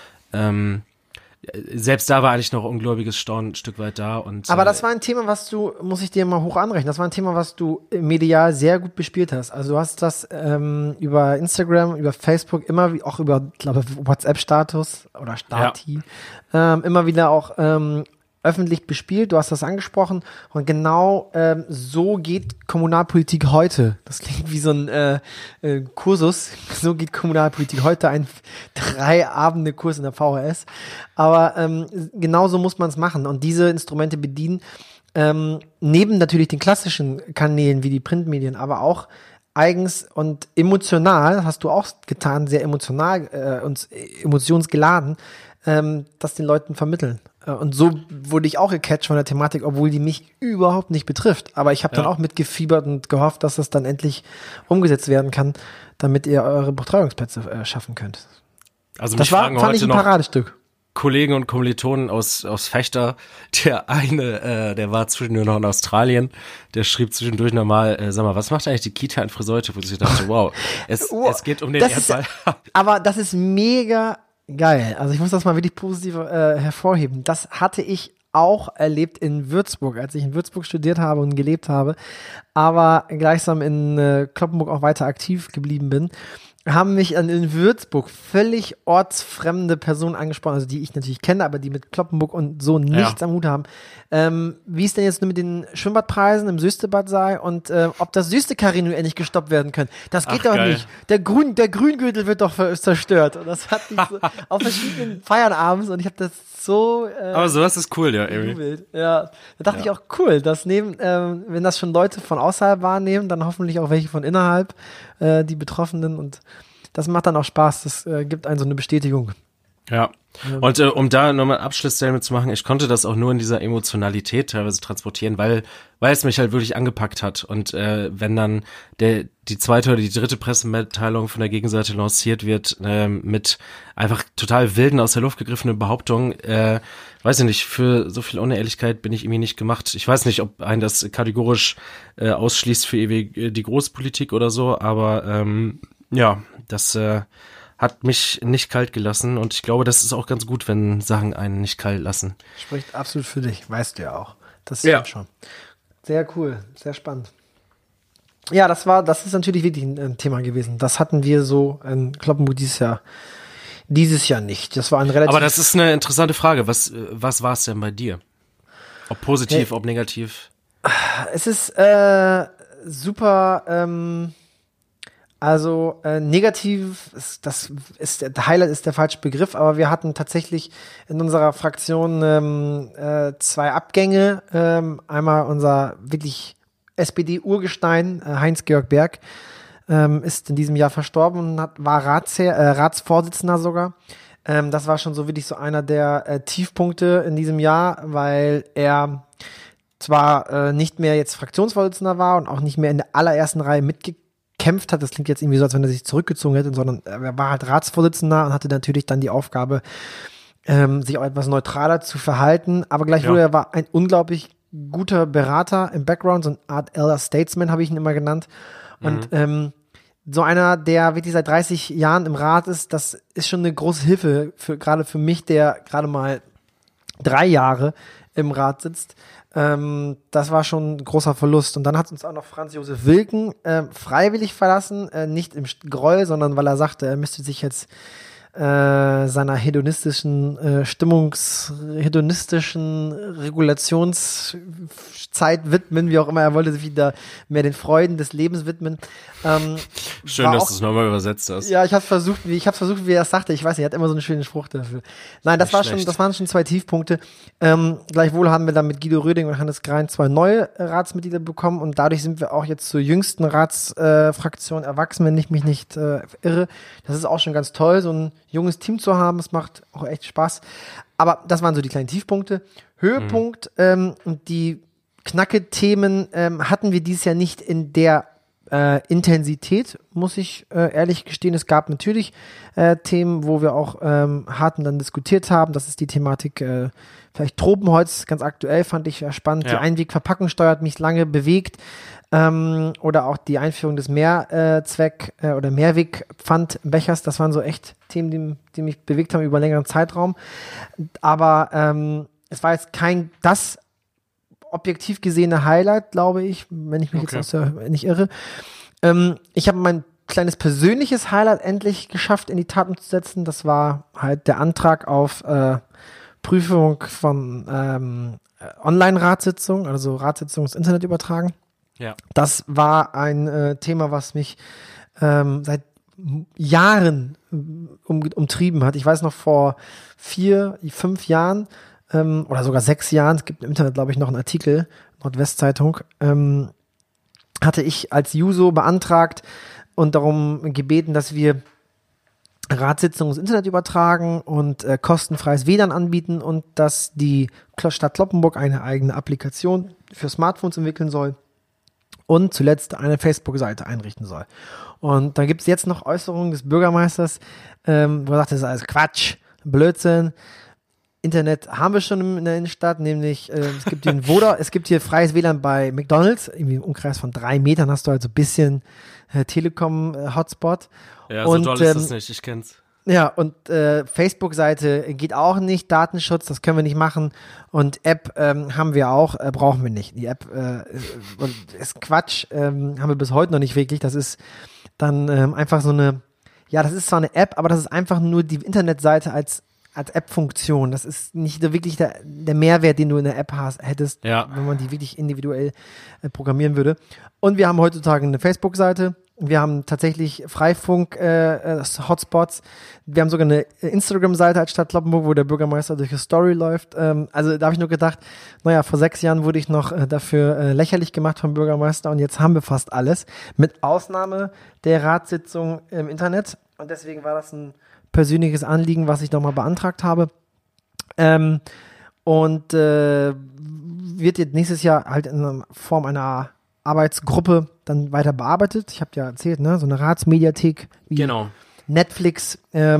Selbst da war eigentlich noch ungläubiges Staunen ein Stück weit da. Aber das war ein Thema, muss ich dir mal hoch anrechnen, das war ein Thema, was du medial sehr gut bespielt hast. Also du hast das über Instagram, über Facebook, auch über, glaube ich, WhatsApp-Status oder Stati, immer wieder auch öffentlich bespielt, du hast das angesprochen und genau so geht Kommunalpolitik heute. Das klingt wie so ein Kursus, so geht Kommunalpolitik heute, ein 3 Abende Kurs in der VHS, aber genau so muss man es machen und diese Instrumente bedienen, neben natürlich den klassischen Kanälen wie die Printmedien, aber auch eigens und emotional, hast du auch getan, sehr emotional und emotionsgeladen, das den Leuten vermitteln. Und so wurde ich auch gecatcht von der Thematik, obwohl die mich überhaupt nicht betrifft. Aber ich habe dann auch mitgefiebert und gehofft, dass das dann endlich umgesetzt werden kann, damit ihr eure Betreuungsplätze schaffen könnt. Also mich fragen fand heute ich ein noch Paradestück. Kollegen und Kommilitonen aus Fechter. Der eine, der war zwischendurch noch in Australien, der schrieb zwischendurch nochmal, sag mal, was macht eigentlich die Kita in Friseute? Wo ich dachte, wow, es geht um den Erdball. Aber das ist mega geil. Also ich muss das mal wirklich positiv hervorheben. Das hatte ich auch erlebt in Würzburg, als ich in Würzburg studiert habe und gelebt habe, aber gleichsam in Cloppenburg auch weiter aktiv geblieben bin. Haben mich in Würzburg völlig ortsfremde Personen angesprochen, also die ich natürlich kenne, aber die mit Cloppenburg und so nichts am Hut haben. Wie es denn jetzt nur mit den Schwimmbadpreisen im Süstebad sei und ob das Süstekarino endlich gestoppt werden können. Das geht doch nicht. Der Grüngürtel wird doch zerstört. Und das hatte ich so auf verschiedenen Feiern abends und ich habe das so aber sowas ist cool, ja, irgendwie. Ja, da dachte ich auch, cool, das wenn das schon Leute von außerhalb wahrnehmen, dann hoffentlich auch welche von innerhalb, die Betroffenen, und das macht dann auch Spaß, das gibt einen so eine Bestätigung. Ja, und um da nochmal ein Abschlussstatement zu machen, ich konnte das auch nur in dieser Emotionalität teilweise transportieren, weil es mich halt wirklich angepackt hat. Und wenn dann die zweite oder die dritte Pressemitteilung von der Gegenseite lanciert wird, mit einfach total wilden, aus der Luft gegriffenen Behauptungen, weiß ich nicht, für so viel Unehrlichkeit bin ich irgendwie nicht gemacht. Ich weiß nicht, ob einen das kategorisch ausschließt für ewig die Großpolitik oder so, aber ja, das hat mich nicht kalt gelassen, und ich glaube, das ist auch ganz gut, wenn Sachen einen nicht kalt lassen. Spricht absolut für dich, weißt du ja auch. Das ist schon. Sehr cool, sehr spannend. Ja, das ist natürlich wirklich ein Thema gewesen. Das hatten wir so in Cloppenburg dieses Jahr nicht. Das war ein relativ. Aber das ist eine interessante Frage. Was war es denn bei dir? Ob positiv, ob negativ? Es ist super. Also negativ, der Highlight ist der falsche Begriff, aber wir hatten tatsächlich in unserer Fraktion 2 Abgänge. Einmal unser wirklich SPD-Urgestein, Heinz-Georg Berg, ist in diesem Jahr verstorben und war Ratsvorsitzender sogar. Das war schon so wirklich so einer der Tiefpunkte in diesem Jahr, weil er zwar nicht mehr jetzt Fraktionsvorsitzender war und auch nicht mehr in der allerersten Reihe mitgekämpft hat. Das klingt jetzt irgendwie so, als wenn er sich zurückgezogen hätte, sondern er war halt Ratsvorsitzender und hatte natürlich dann die Aufgabe, sich auch etwas neutraler zu verhalten. Aber gleichwohl, er war ein unglaublich guter Berater im Background, so eine Art Elder Statesman habe ich ihn immer genannt. Und so einer, der wirklich seit 30 Jahren im Rat ist, das ist schon eine große Hilfe, gerade für mich, der gerade mal 3 Jahre im Rat sitzt. Das war schon ein großer Verlust. Und dann hat uns auch noch Franz Josef Wilken freiwillig verlassen, nicht im Groll, sondern weil er sagte, er müsste sich jetzt seiner hedonistischen Regulationszeit widmen, wie auch immer. Er wollte sich wieder mehr den Freuden des Lebens widmen. Schön, dass du es nochmal übersetzt hast. Ja, ich hab's versucht, wie er es sagte. Ich weiß nicht, er hat immer so einen schönen Spruch dafür. Nein, das waren schon 2 Tiefpunkte. Gleichwohl haben wir dann mit Guido Röding und Hannes Grein 2 neue Ratsmitglieder bekommen, und dadurch sind wir auch jetzt zur jüngsten Ratsfraktion erwachsen, wenn ich mich nicht irre. Das ist auch schon ganz toll, so ein junges Team zu haben. Es macht auch echt Spaß. Aber das waren so die kleinen Tiefpunkte. Höhepunkt und die Knacke-Themen hatten wir dieses Jahr nicht in der Intensität, muss ich ehrlich gestehen. Es gab natürlich Themen, wo wir auch hart dann diskutiert haben. Das ist die Thematik vielleicht Tropenholz, ganz aktuell, fand ich spannend. Ja. Die Einwegverpackungssteuer hat mich lange bewegt. Oder auch die Einführung des oder Mehrwegpfandbechers. Das waren so echt Themen, die mich bewegt haben über einen längeren Zeitraum. Aber es war jetzt kein das objektiv gesehene Highlight, glaube ich, wenn ich mich jetzt nicht irre. Ich habe mein kleines persönliches Highlight endlich geschafft, in die Tat umzusetzen. Das war halt der Antrag auf Prüfung von Online-Ratssitzungen, also Ratssitzungen ins Internet übertragen. Ja. Das war ein Thema, was mich seit Jahren umtrieben hat. Ich weiß noch, vor 4, 5 Jahren oder sogar 6 Jahren, es gibt im Internet, glaube ich, noch einen Artikel, Nordwestzeitung, hatte ich als Juso beantragt und darum gebeten, dass wir Ratssitzungen ins Internet übertragen und kostenfreies WLAN anbieten und dass die Stadt Cloppenburg eine eigene Applikation für Smartphones entwickeln soll und zuletzt eine Facebook-Seite einrichten soll. Und da gibt es jetzt noch Äußerungen des Bürgermeisters, wo er sagt, das ist alles Quatsch, Blödsinn. Internet haben wir schon in der Innenstadt, nämlich es gibt hier freies WLAN bei McDonald's, irgendwie im Umkreis von 3 Metern hast du halt so ein bisschen Telekom-Hotspot. Ja, so doll ist das nicht, ich kenn's. Ja, und Facebook-Seite geht auch nicht, Datenschutz, das können wir nicht machen und App haben wir auch, brauchen wir nicht. Die App ist Quatsch, haben wir bis heute noch nicht wirklich, das ist dann einfach so eine, ja, das ist zwar eine App, aber das ist einfach nur die Internetseite als App-Funktion. Das ist nicht so wirklich der Mehrwert, den du in der App hättest, wenn man die wirklich individuell programmieren würde. Und wir haben heutzutage eine Facebook-Seite. Wir haben tatsächlich Freifunk-Hotspots. Wir haben sogar eine Instagram-Seite als Stadt Cloppenburg, wo der Bürgermeister durch eine Story läuft. Also da habe ich nur gedacht, naja, vor 6 Jahren wurde ich noch dafür lächerlich gemacht vom Bürgermeister und jetzt haben wir fast alles, mit Ausnahme der Ratssitzung im Internet. Und deswegen war das ein persönliches Anliegen, was ich nochmal beantragt habe. Wird jetzt nächstes Jahr halt in Form einer Arbeitsgruppe dann weiter bearbeitet. Ich habe ja erzählt, ne, so eine Ratsmediathek wie Netflix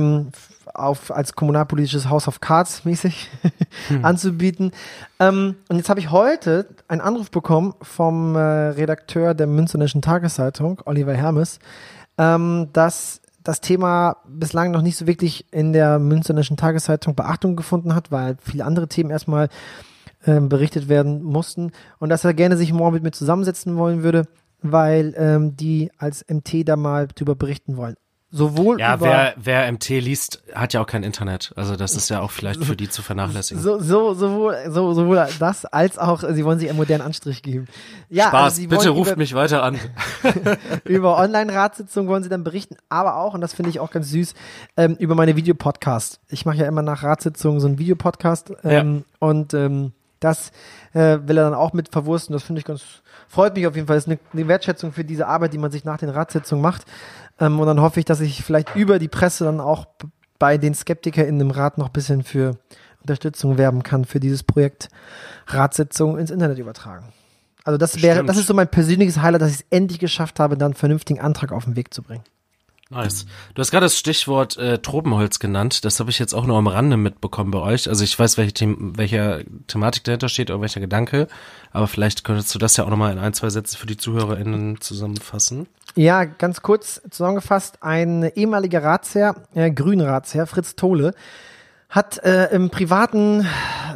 als kommunalpolitisches House of Cards mäßig anzubieten. Und jetzt habe ich heute einen Anruf bekommen vom Redakteur der Münsterländischen Tageszeitung, Oliver Hermes, dass das Thema bislang noch nicht so wirklich in der Münsterländischen Tageszeitung Beachtung gefunden hat, weil viele andere Themen erstmal berichtet werden mussten und dass er gerne sich morgen mit mir zusammensetzen wollen würde, weil die als MT da mal drüber berichten wollen. Sowohl wer MT liest, hat ja auch kein Internet. Also das ist ja auch vielleicht für die zu vernachlässigen. Sowohl das, als auch, sie wollen sich einen modernen Anstrich geben. Ja, Spaß, also bitte ruft mich weiter an. Über Online-Ratssitzungen wollen sie dann berichten, aber auch, und das finde ich auch ganz süß, über meine Videopodcast. Ich mache ja immer nach Ratssitzungen so einen Videopodcast und das will er dann auch mit verwursten. Das finde ich freut mich auf jeden Fall. Das ist eine Wertschätzung für diese Arbeit, die man sich nach den Ratssitzungen macht. Und dann hoffe ich, dass ich vielleicht über die Presse dann auch bei den SkeptikerInnen im Rat noch ein bisschen für Unterstützung werben kann für dieses Projekt Ratssitzungen ins Internet übertragen. Also das ist so mein persönliches Highlight, dass ich es endlich geschafft habe, dann einen vernünftigen Antrag auf den Weg zu bringen. Nice. Du hast gerade das Stichwort Tropenholz genannt. Das habe ich jetzt auch nur am Rande mitbekommen bei euch. Also ich weiß, welche Thematik dahinter steht oder welcher Gedanke. Aber vielleicht könntest du das ja auch nochmal in 1, 2 Sätze für die ZuhörerInnen zusammenfassen. Ja, ganz kurz zusammengefasst. Ein ehemaliger Ratsherr, Grünratsherr, Fritz Tole, hat im privaten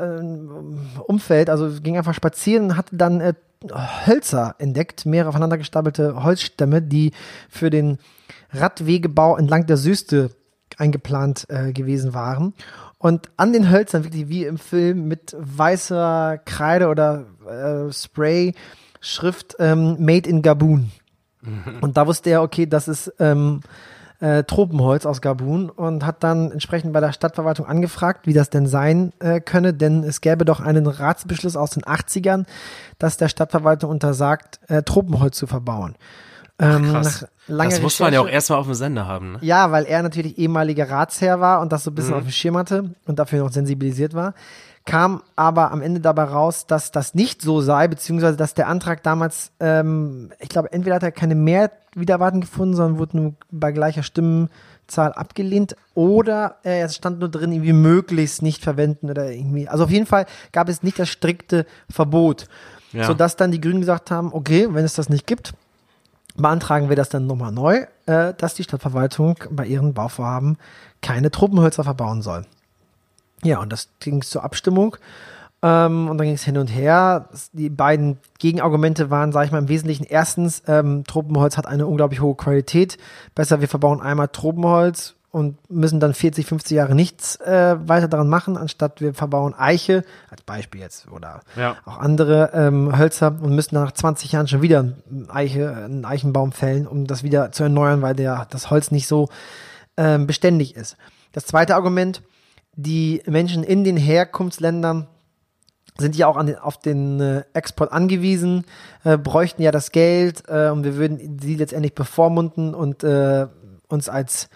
Umfeld, also ging einfach spazieren und hat dann Hölzer entdeckt, mehrere aufeinander gestapelte Holzstämme, die für den Radwegebau entlang der Süste eingeplant gewesen waren. Und an den Hölzern, wirklich wie im Film, mit weißer Kreide oder Spray, Schrift Made in Gabun. Und da wusste er, okay, das ist Tropenholz aus Gabun und hat dann entsprechend bei der Stadtverwaltung angefragt, wie das denn sein könne, denn es gäbe doch einen Ratsbeschluss aus den 80ern, dass der Stadtverwaltung untersagt, Tropenholz zu verbauen. Krass. Das muss man ja auch erstmal auf dem Sender haben. Ne? Ja, weil er natürlich ehemaliger Ratsherr war und das so ein bisschen auf dem Schirm hatte und dafür noch sensibilisiert war. Kam aber am Ende dabei raus, dass das nicht so sei, beziehungsweise dass der Antrag damals, ich glaube, entweder hat er keine Mehrwiderwarten gefunden, sondern wurde nur bei gleicher Stimmenzahl abgelehnt oder es stand nur drin, irgendwie möglichst nicht verwenden oder irgendwie. Also auf jeden Fall gab es nicht das strikte Verbot, sodass dann die Grünen gesagt haben, okay, wenn es das nicht gibt, beantragen wir das dann nochmal neu, dass die Stadtverwaltung bei ihren Bauvorhaben keine Tropenhölzer verbauen soll. Ja, und das ging zur Abstimmung und dann ging es hin und her. Die beiden Gegenargumente waren, sage ich mal, im Wesentlichen erstens, Tropenholz hat eine unglaublich hohe Qualität. Besser, wir verbauen einmal Tropenholz und müssen dann 40, 50 Jahre nichts weiter daran machen, anstatt wir verbauen Eiche, als Beispiel jetzt, oder auch andere Hölzer und müssen dann nach 20 Jahren schon wieder einen Eichenbaum fällen, um das wieder zu erneuern, weil das Holz nicht so beständig ist. Das zweite Argument, die Menschen in den Herkunftsländern sind ja auch auf den Export angewiesen, bräuchten ja das Geld und wir würden sie letztendlich bevormunden und uns als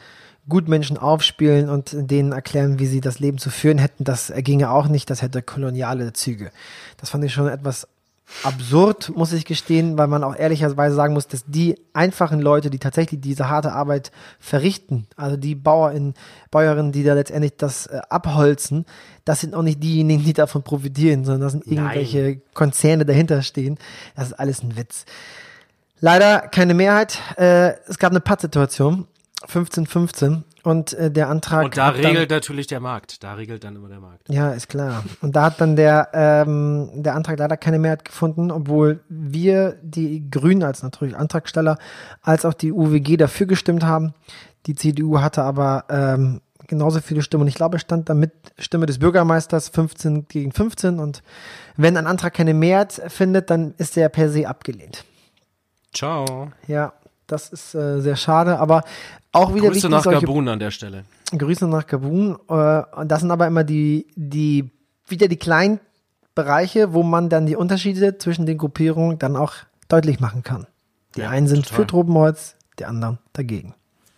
Gutmenschen aufspielen und denen erklären, wie sie das Leben zu führen hätten. Das ginge auch nicht, das hätte koloniale Züge. Das fand ich schon etwas absurd, muss ich gestehen, weil man auch ehrlicherweise sagen muss, dass die einfachen Leute, die tatsächlich diese harte Arbeit verrichten, also die Bäuerinnen, die da letztendlich das abholzen, das sind auch nicht diejenigen, die davon profitieren, sondern das sind irgendwelche Konzerne dahinter stehen. Das ist alles ein Witz. Leider keine Mehrheit. Es gab eine Pattsituation, 15-15. Und der Antrag. Und da regelt natürlich der Markt. Da regelt dann immer der Markt. Ja, ist klar. Und da hat dann der Antrag leider keine Mehrheit gefunden, obwohl wir, die Grünen als natürlich Antragsteller, als auch die UWG dafür gestimmt haben. Die CDU hatte aber genauso viele Stimmen. Und ich glaube, es stand da mit Stimme des Bürgermeisters 15-15. Und wenn ein Antrag keine Mehrheit findet, dann ist der per se abgelehnt. Ciao. Ja, das ist sehr schade, aber auch wieder Grüße nach Gabun an der Stelle. Grüße nach Gabun. Und das sind aber immer die kleinen Bereiche, wo man dann die Unterschiede zwischen den Gruppierungen dann auch deutlich machen kann. Die einen sind für Tropenholz, die anderen dagegen.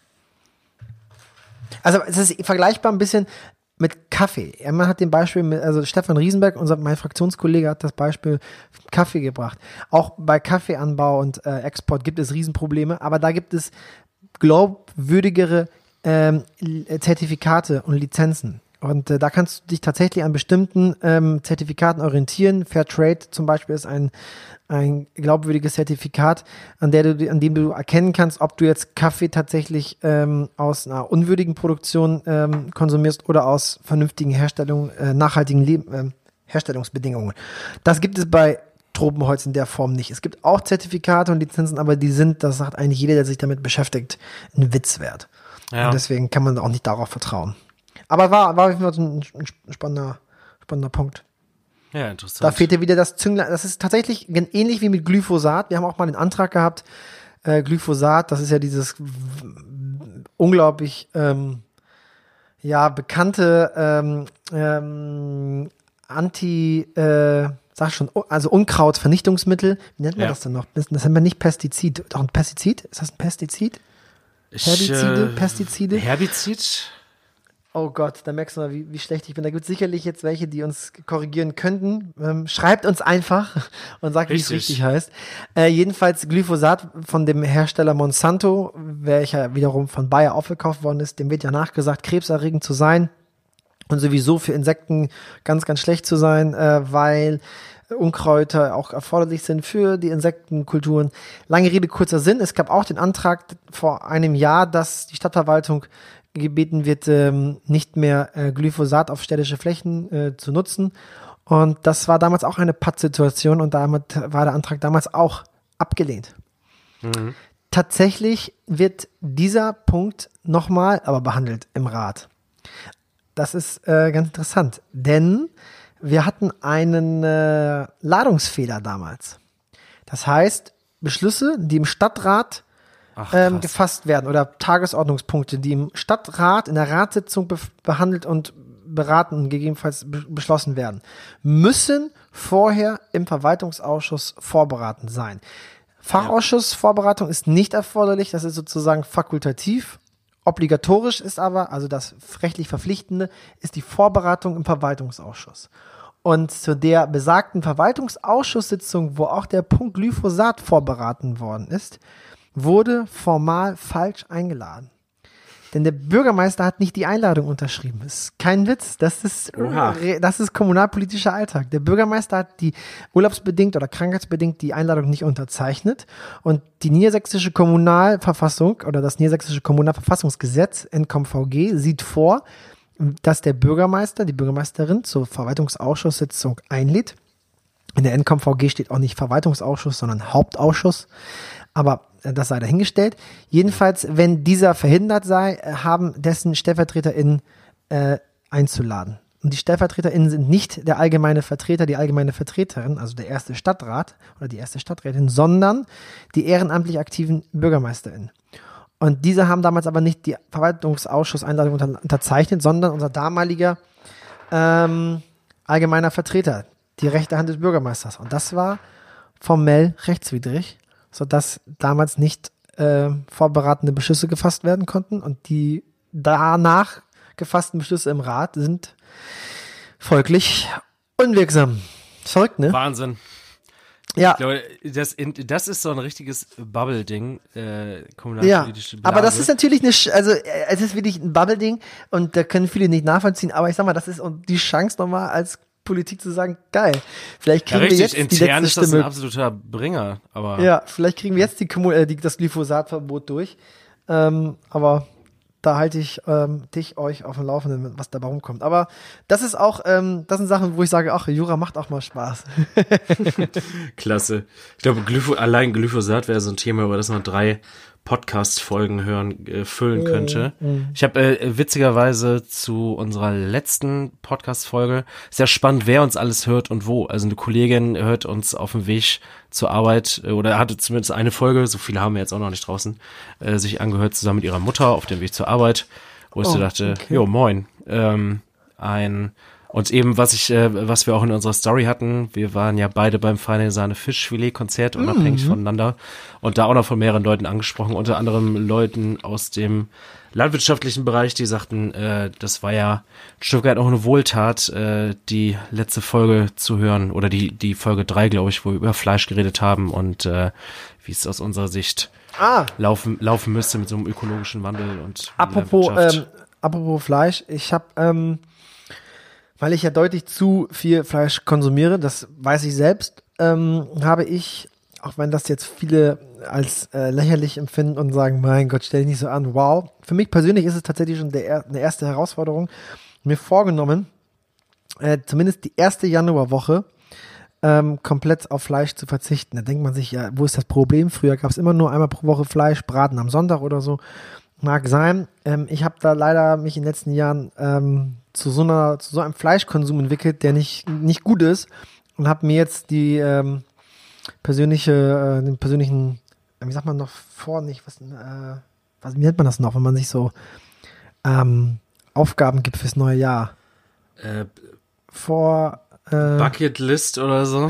Also es ist vergleichbar ein bisschen mit Kaffee. Man hat den Beispiel, also Stefan Riesenberg, mein Fraktionskollege, hat das Beispiel Kaffee gebracht. Auch bei Kaffeeanbau und Export gibt es Riesenprobleme, aber da gibt es glaubwürdigere Zertifikate und Lizenzen. Und da kannst du dich tatsächlich an bestimmten Zertifikaten orientieren. Fairtrade zum Beispiel ist ein glaubwürdiges Zertifikat, an dem du erkennen kannst, ob du jetzt Kaffee tatsächlich aus einer unwürdigen Produktion konsumierst oder aus vernünftigen nachhaltigen Herstellungsbedingungen. Das gibt es bei Tropenholz in der Form nicht. Es gibt auch Zertifikate und Lizenzen, aber die sind, das sagt eigentlich jeder, der sich damit beschäftigt, ein Witz wert. Ja. Und deswegen kann man auch nicht darauf vertrauen. Aber war ein spannender Punkt. Ja, interessant. Da fehlte wieder das Zünglein. Das ist tatsächlich ähnlich wie mit Glyphosat. Wir haben auch mal den Antrag gehabt, Glyphosat, das ist ja dieses unglaublich bekannte also Unkrautvernichtungsmittel. Wie nennt man das denn noch? Das nennt man nicht Pestizid. Doch ein Pestizid? Ist das ein Pestizid? Herbizide, Pestizide? Herbizid? Oh Gott, da merkst du mal, wie schlecht ich bin. Da gibt es sicherlich jetzt welche, die uns korrigieren könnten. Schreibt uns einfach und sagt, wie es richtig heißt. Jedenfalls Glyphosat von dem Hersteller Monsanto, welcher wiederum von Bayer aufgekauft worden ist, dem wird ja nachgesagt, krebserregend zu sein und sowieso für Insekten ganz, ganz schlecht zu sein, weil Unkräuter auch erforderlich sind für die Insektenkulturen. Lange Rede, kurzer Sinn. Es gab auch den Antrag vor einem Jahr, dass die Stadtverwaltung gebeten wird, nicht mehr Glyphosat auf städtische Flächen zu nutzen. Und das war damals auch eine Pattsituation und damit war der Antrag damals auch abgelehnt. Mhm. Tatsächlich wird dieser Punkt nochmal aber behandelt im Rat. Das ist ganz interessant, denn wir hatten einen Ladungsfehler damals. Das heißt, Beschlüsse, die im Stadtrat gefasst werden oder Tagesordnungspunkte, die im Stadtrat in der Ratssitzung behandelt und beraten und gegebenenfalls beschlossen werden, müssen vorher im Verwaltungsausschuss vorbereitet sein. Fachausschussvorbereitung ist nicht erforderlich, das ist sozusagen fakultativ. Obligatorisch ist aber, also das rechtlich Verpflichtende, ist die Vorbereitung im Verwaltungsausschuss. Und zu der besagten Verwaltungsausschusssitzung, wo auch der Punkt Glyphosat vorberaten worden ist, wurde formal falsch eingeladen. Denn der Bürgermeister hat nicht die Einladung unterschrieben. Das ist kein Witz. Das ist kommunalpolitischer Alltag. Der Bürgermeister hat die urlaubsbedingt oder krankheitsbedingt die Einladung nicht unterzeichnet. Und die niedersächsische Kommunalverfassung oder das niedersächsische Kommunalverfassungsgesetz, NKVG, sieht vor, dass der Bürgermeister, die Bürgermeisterin zur Verwaltungsausschusssitzung einlädt. In der NKVG steht auch nicht Verwaltungsausschuss, sondern Hauptausschuss. Aber das sei dahingestellt. Jedenfalls, wenn dieser verhindert sei, haben dessen StellvertreterInnen einzuladen. Und die StellvertreterInnen sind nicht der allgemeine Vertreter, die allgemeine Vertreterin, also der erste Stadtrat oder die erste Stadträtin, sondern die ehrenamtlich aktiven BürgermeisterInnen. Und diese haben damals aber nicht die Verwaltungsausschusseinladung unterzeichnet, sondern unser damaliger allgemeiner Vertreter, die rechte Hand des Bürgermeisters. Und das war formell rechtswidrig, sodass damals nicht vorberatende Beschlüsse gefasst werden konnten und die danach gefassten Beschlüsse im Rat sind folglich unwirksam. Verrückt, ne? Wahnsinn. Ja. Ich glaube, das ist so ein richtiges Bubble-Ding, kommunalpolitische Blase. Aber das ist natürlich es ist wirklich ein Bubble-Ding und da können viele nicht nachvollziehen, aber ich sag mal, das ist die Chance nochmal als Politik zu sagen, geil, vielleicht kriegen wir jetzt die letzte intern ist das Stimme. ein absoluter Bringer, aber. Ja, vielleicht kriegen wir jetzt das Glyphosatverbot durch, aber da halte ich euch auf dem Laufenden, was dabei rumkommt. Aber das ist auch, das sind Sachen, wo ich sage, ach, Jura macht auch mal Spaß. Klasse. Ich glaube, allein Glyphosat wäre so ein Thema, über das man 3 Podcast-Folgen füllen könnte. Ich habe witzigerweise zu unserer letzten Podcast-Folge sehr spannend, wer uns alles hört und wo. Also eine Kollegin hört uns auf dem Weg zur Arbeit oder hatte zumindest eine Folge, so viele haben wir jetzt auch noch nicht draußen, sich angehört zusammen mit ihrer Mutter auf dem Weg zur Arbeit, wo ich so dachte, okay. Jo, moin. Und eben, was wir auch in unserer Story hatten, wir waren ja beide beim Feine Sahne Fischfilet-Konzert, unabhängig voneinander und da auch noch von mehreren Leuten angesprochen, unter anderem Leuten aus dem landwirtschaftlichen Bereich, die sagten, das war ja ein Stück weit auch eine Wohltat, die letzte Folge zu hören oder die Folge 3, glaube ich, wo wir über Fleisch geredet haben und wie es aus unserer Sicht laufen müsste mit so einem ökologischen Wandel und Apropos Fleisch, ich habe weil ich ja deutlich zu viel Fleisch konsumiere, das weiß ich selbst, habe ich, auch wenn das jetzt viele als lächerlich empfinden und sagen, mein Gott, stell dich nicht so an, wow. Für mich persönlich ist es tatsächlich schon eine erste Herausforderung, mir vorgenommen, zumindest die erste Januarwoche komplett auf Fleisch zu verzichten. Da denkt man sich, ja, wo ist das Problem? Früher gab es immer nur einmal pro Woche Fleisch, Braten am Sonntag oder so. Mag sein. Ich habe da leider mich in den letzten Jahren zu so einem Fleischkonsum entwickelt, der nicht gut ist und habe mir jetzt den persönlichen, wie sagt man noch, wie nennt man das noch, wenn man sich so Aufgaben gibt fürs neue Jahr? Bucketlist oder so.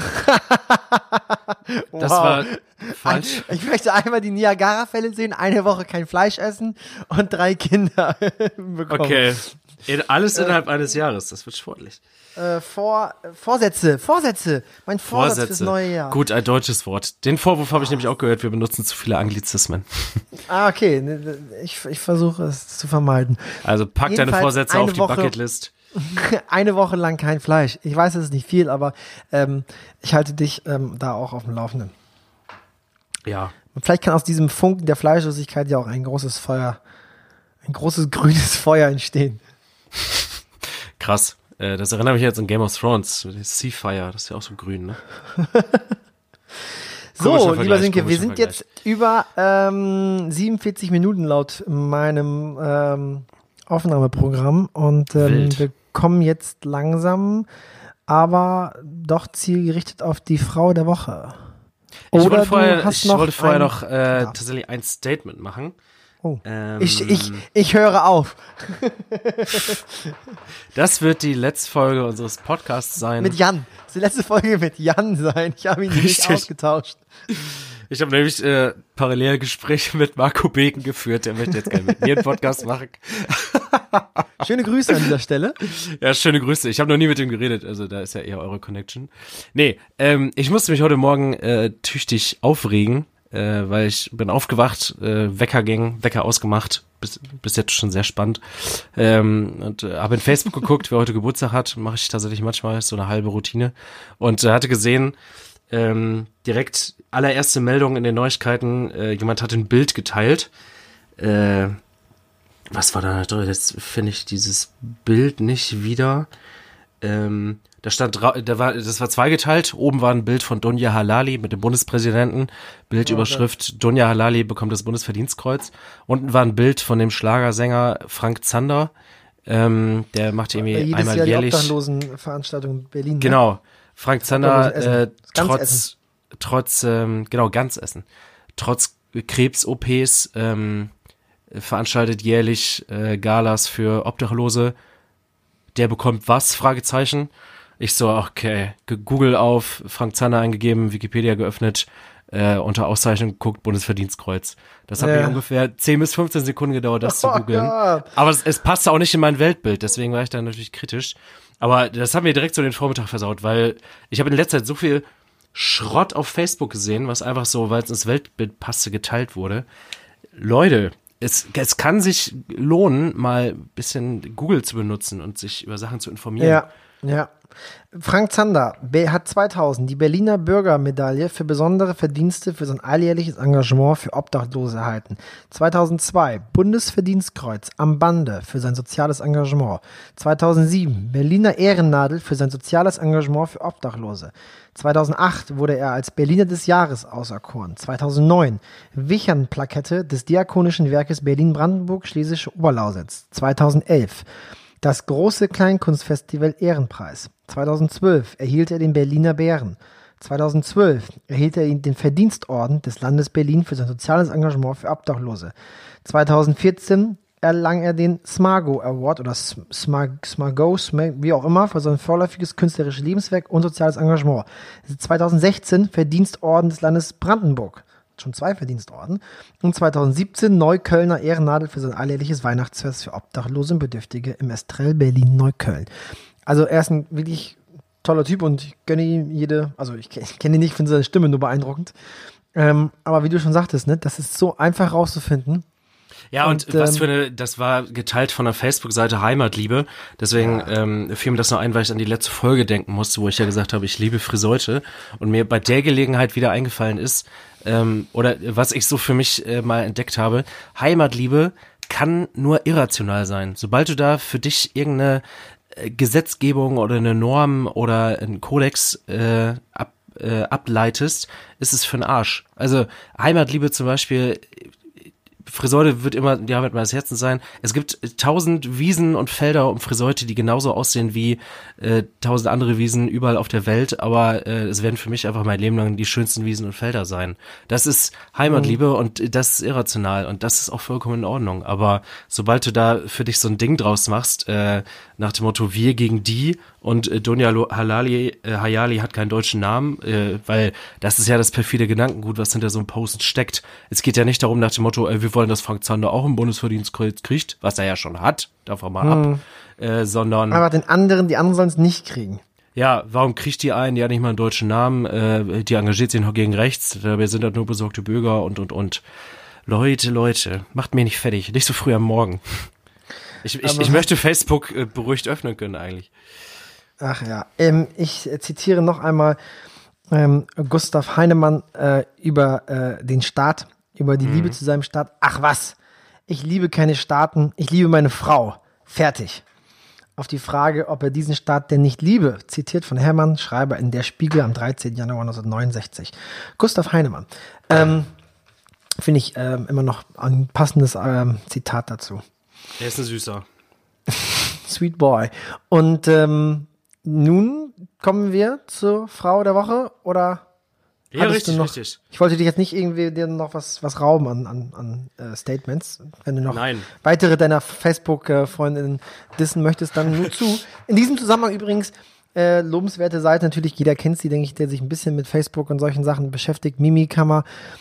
Das war falsch. Ich möchte einmal die Niagara-Fälle sehen, eine Woche kein Fleisch essen und 3 Kinder bekommen. Okay. Alles innerhalb eines Jahres, das wird sportlich. Vorsätze. Mein Vorsatz fürs neue Jahr. Gut, ein deutsches Wort. Den Vorwurf habe ich nämlich auch gehört, wir benutzen zu viele Anglizismen. Okay. Ich versuche es zu vermeiden. Also pack deine Vorsätze auf die Bucketlist. Eine Woche lang kein Fleisch. Ich weiß, es ist nicht viel, aber ich halte dich da auch auf dem Laufenden. Ja. Und vielleicht kann aus diesem Funken der Fleischlosigkeit ja auch ein großes grünes Feuer entstehen. Krass. Das erinnert mich jetzt an Game of Thrones. Seafire, das ist ja auch so grün, ne? So, lieber Sönke, wir sind jetzt über 47 Minuten laut meinem Aufnahmeprogramm und wir kommen jetzt langsam, aber doch zielgerichtet auf die Frau der Woche. Ich wollte vorher noch tatsächlich ein Statement machen. Oh. Ich höre auf. Das wird die letzte Folge unseres Podcasts sein. Mit Jan. Das wird die letzte Folge mit Jan sein. Ich habe ihn nicht ausgetauscht. Ich habe nämlich parallel Gespräche mit Marco Beken geführt. Der möchte jetzt gerne mit mir einen Podcast machen. Schöne Grüße an dieser Stelle. Ja, schöne Grüße. Ich habe noch nie mit ihm geredet. Also da ist ja eher eure Connection. Nee, ich musste mich heute Morgen tüchtig aufregen. Weil ich bin aufgewacht, Wecker ausgemacht, bis jetzt schon sehr spannend, und habe in Facebook geguckt, wer heute Geburtstag hat, mache ich tatsächlich manchmal, ist so eine halbe Routine, und hatte gesehen, direkt allererste Meldung in den Neuigkeiten, jemand hat ein Bild geteilt, was war da, jetzt finde ich dieses Bild nicht wieder, das war zweigeteilt. Oben war ein Bild von Dunja Halali mit dem Bundespräsidenten. Bildüberschrift: Dunja Halali bekommt das Bundesverdienstkreuz. Unten war ein Bild von dem Schlagersänger Frank Zander. Der macht irgendwie einmal jährlich. Die Obdachlosenveranstaltung in Berlin. Genau. Ne? Frank Zander, Trotz Krebs-OPs, veranstaltet jährlich Galas für Obdachlose. Der bekommt was? Fragezeichen. Ich so, okay, Google auf, Frank Zander eingegeben, Wikipedia geöffnet, unter Auszeichnung geguckt, Bundesverdienstkreuz. Das hat mir ungefähr 10 bis 15 Sekunden gedauert, das zu googeln. Aber es passte auch nicht in mein Weltbild, deswegen war ich da natürlich kritisch. Aber das hat mir direkt so den Vormittag versaut, weil ich habe in letzter Zeit so viel Schrott auf Facebook gesehen, was einfach so, weil es ins Weltbild passte, geteilt wurde. Leute, es kann sich lohnen, mal ein bisschen Google zu benutzen und sich über Sachen zu informieren. Ja. Frank Zander hat 2000 die Berliner Bürgermedaille für besondere Verdienste für sein alljährliches Engagement für Obdachlose erhalten. 2002 Bundesverdienstkreuz am Bande für sein soziales Engagement. 2007 Berliner Ehrennadel für sein soziales Engagement für Obdachlose. 2008 wurde er als Berliner des Jahres auserkoren. 2009 Wichern-Plakette des Diakonischen Werkes Berlin-Brandenburg-Schlesische Oberlausitz. 2011 das große Kleinkunstfestival Ehrenpreis. 2012 erhielt er den Berliner Bären. 2012 erhielt er den Verdienstorden des Landes Berlin für sein soziales Engagement für Obdachlose. 2014 erlang er den Smargo Award oder Smargo, wie auch immer, für sein vorläufiges künstlerisches Lebenswerk und soziales Engagement. 2016 Verdienstorden des Landes Brandenburg. Schon 2 Verdienstorden. Und 2017 Neuköllner Ehrennadel für sein alljährliches Weihnachtsfest für Obdachlose und Bedürftige im Estrell Berlin-Neukölln. Also er ist ein wirklich toller Typ und ich gönne ihm ich kenne ihn nicht, finde seine Stimme nur beeindruckend. Aber wie du schon sagtest, ne, das ist so einfach rauszufinden. Ja, und das war geteilt von der Facebook-Seite Heimatliebe, deswegen fiel mir das noch ein, weil ich an die letzte Folge denken musste, wo ich ja gesagt habe, ich liebe Friseute und mir bei der Gelegenheit wieder eingefallen ist, oder was ich so für mich mal entdeckt habe, Heimatliebe kann nur irrational sein. Sobald du da für dich irgendeine Gesetzgebung oder eine Norm oder einen Kodex ableitest, ist es für den Arsch. Also Heimatliebe zum Beispiel, Friseute wird immer die Arbeit meines Herzens sein. Es gibt 1000 Wiesen und Felder um Friseute, die genauso aussehen wie 1000 andere Wiesen überall auf der Welt, aber es werden für mich einfach mein Leben lang die schönsten Wiesen und Felder sein. Das ist Heimatliebe und das ist irrational und das ist auch vollkommen in Ordnung. Aber sobald du da für dich so ein Ding draus machst, nach dem Motto wir gegen die und Dunja Hayali hat keinen deutschen Namen, weil das ist ja das perfide Gedankengut, was hinter so einem Post steckt. Es geht ja nicht darum nach dem Motto, wir wollen, dass Frank Zander auch ein Bundesverdienstkreuz kriegt, was er ja schon hat, davon mal ab, sondern... Aber die anderen sollen es nicht kriegen. Ja, warum kriegt die einen, die hat nicht mal einen deutschen Namen, die engagiert sich noch gegen rechts, wir sind halt nur besorgte Bürger und. Leute, macht mir nicht fertig, nicht so früh am Morgen. Ich möchte Facebook beruhigt öffnen können eigentlich. Ach ja, ich zitiere noch einmal Gustav Heinemann über den Staat, über die Liebe zu seinem Staat. Ach was, ich liebe keine Staaten, ich liebe meine Frau. Fertig. Auf die Frage, ob er diesen Staat denn nicht liebe, zitiert von Hermann Schreiber in Der Spiegel am 13. Januar 1969. Gustav Heinemann. Finde ich immer noch ein passendes Zitat dazu. Er ist ein Süßer. Sweet Boy. Und nun kommen wir zur Frau der Woche, oder? Ja, richtig. Ich wollte dich jetzt nicht irgendwie dir noch was rauben an Statements. Wenn du noch weitere deiner Facebook-Freundinnen dissen möchtest, dann nur zu. In diesem Zusammenhang übrigens, lobenswerte Seite, natürlich, jeder kennt sie, denke ich, der sich ein bisschen mit Facebook und solchen Sachen beschäftigt. Mimikammer,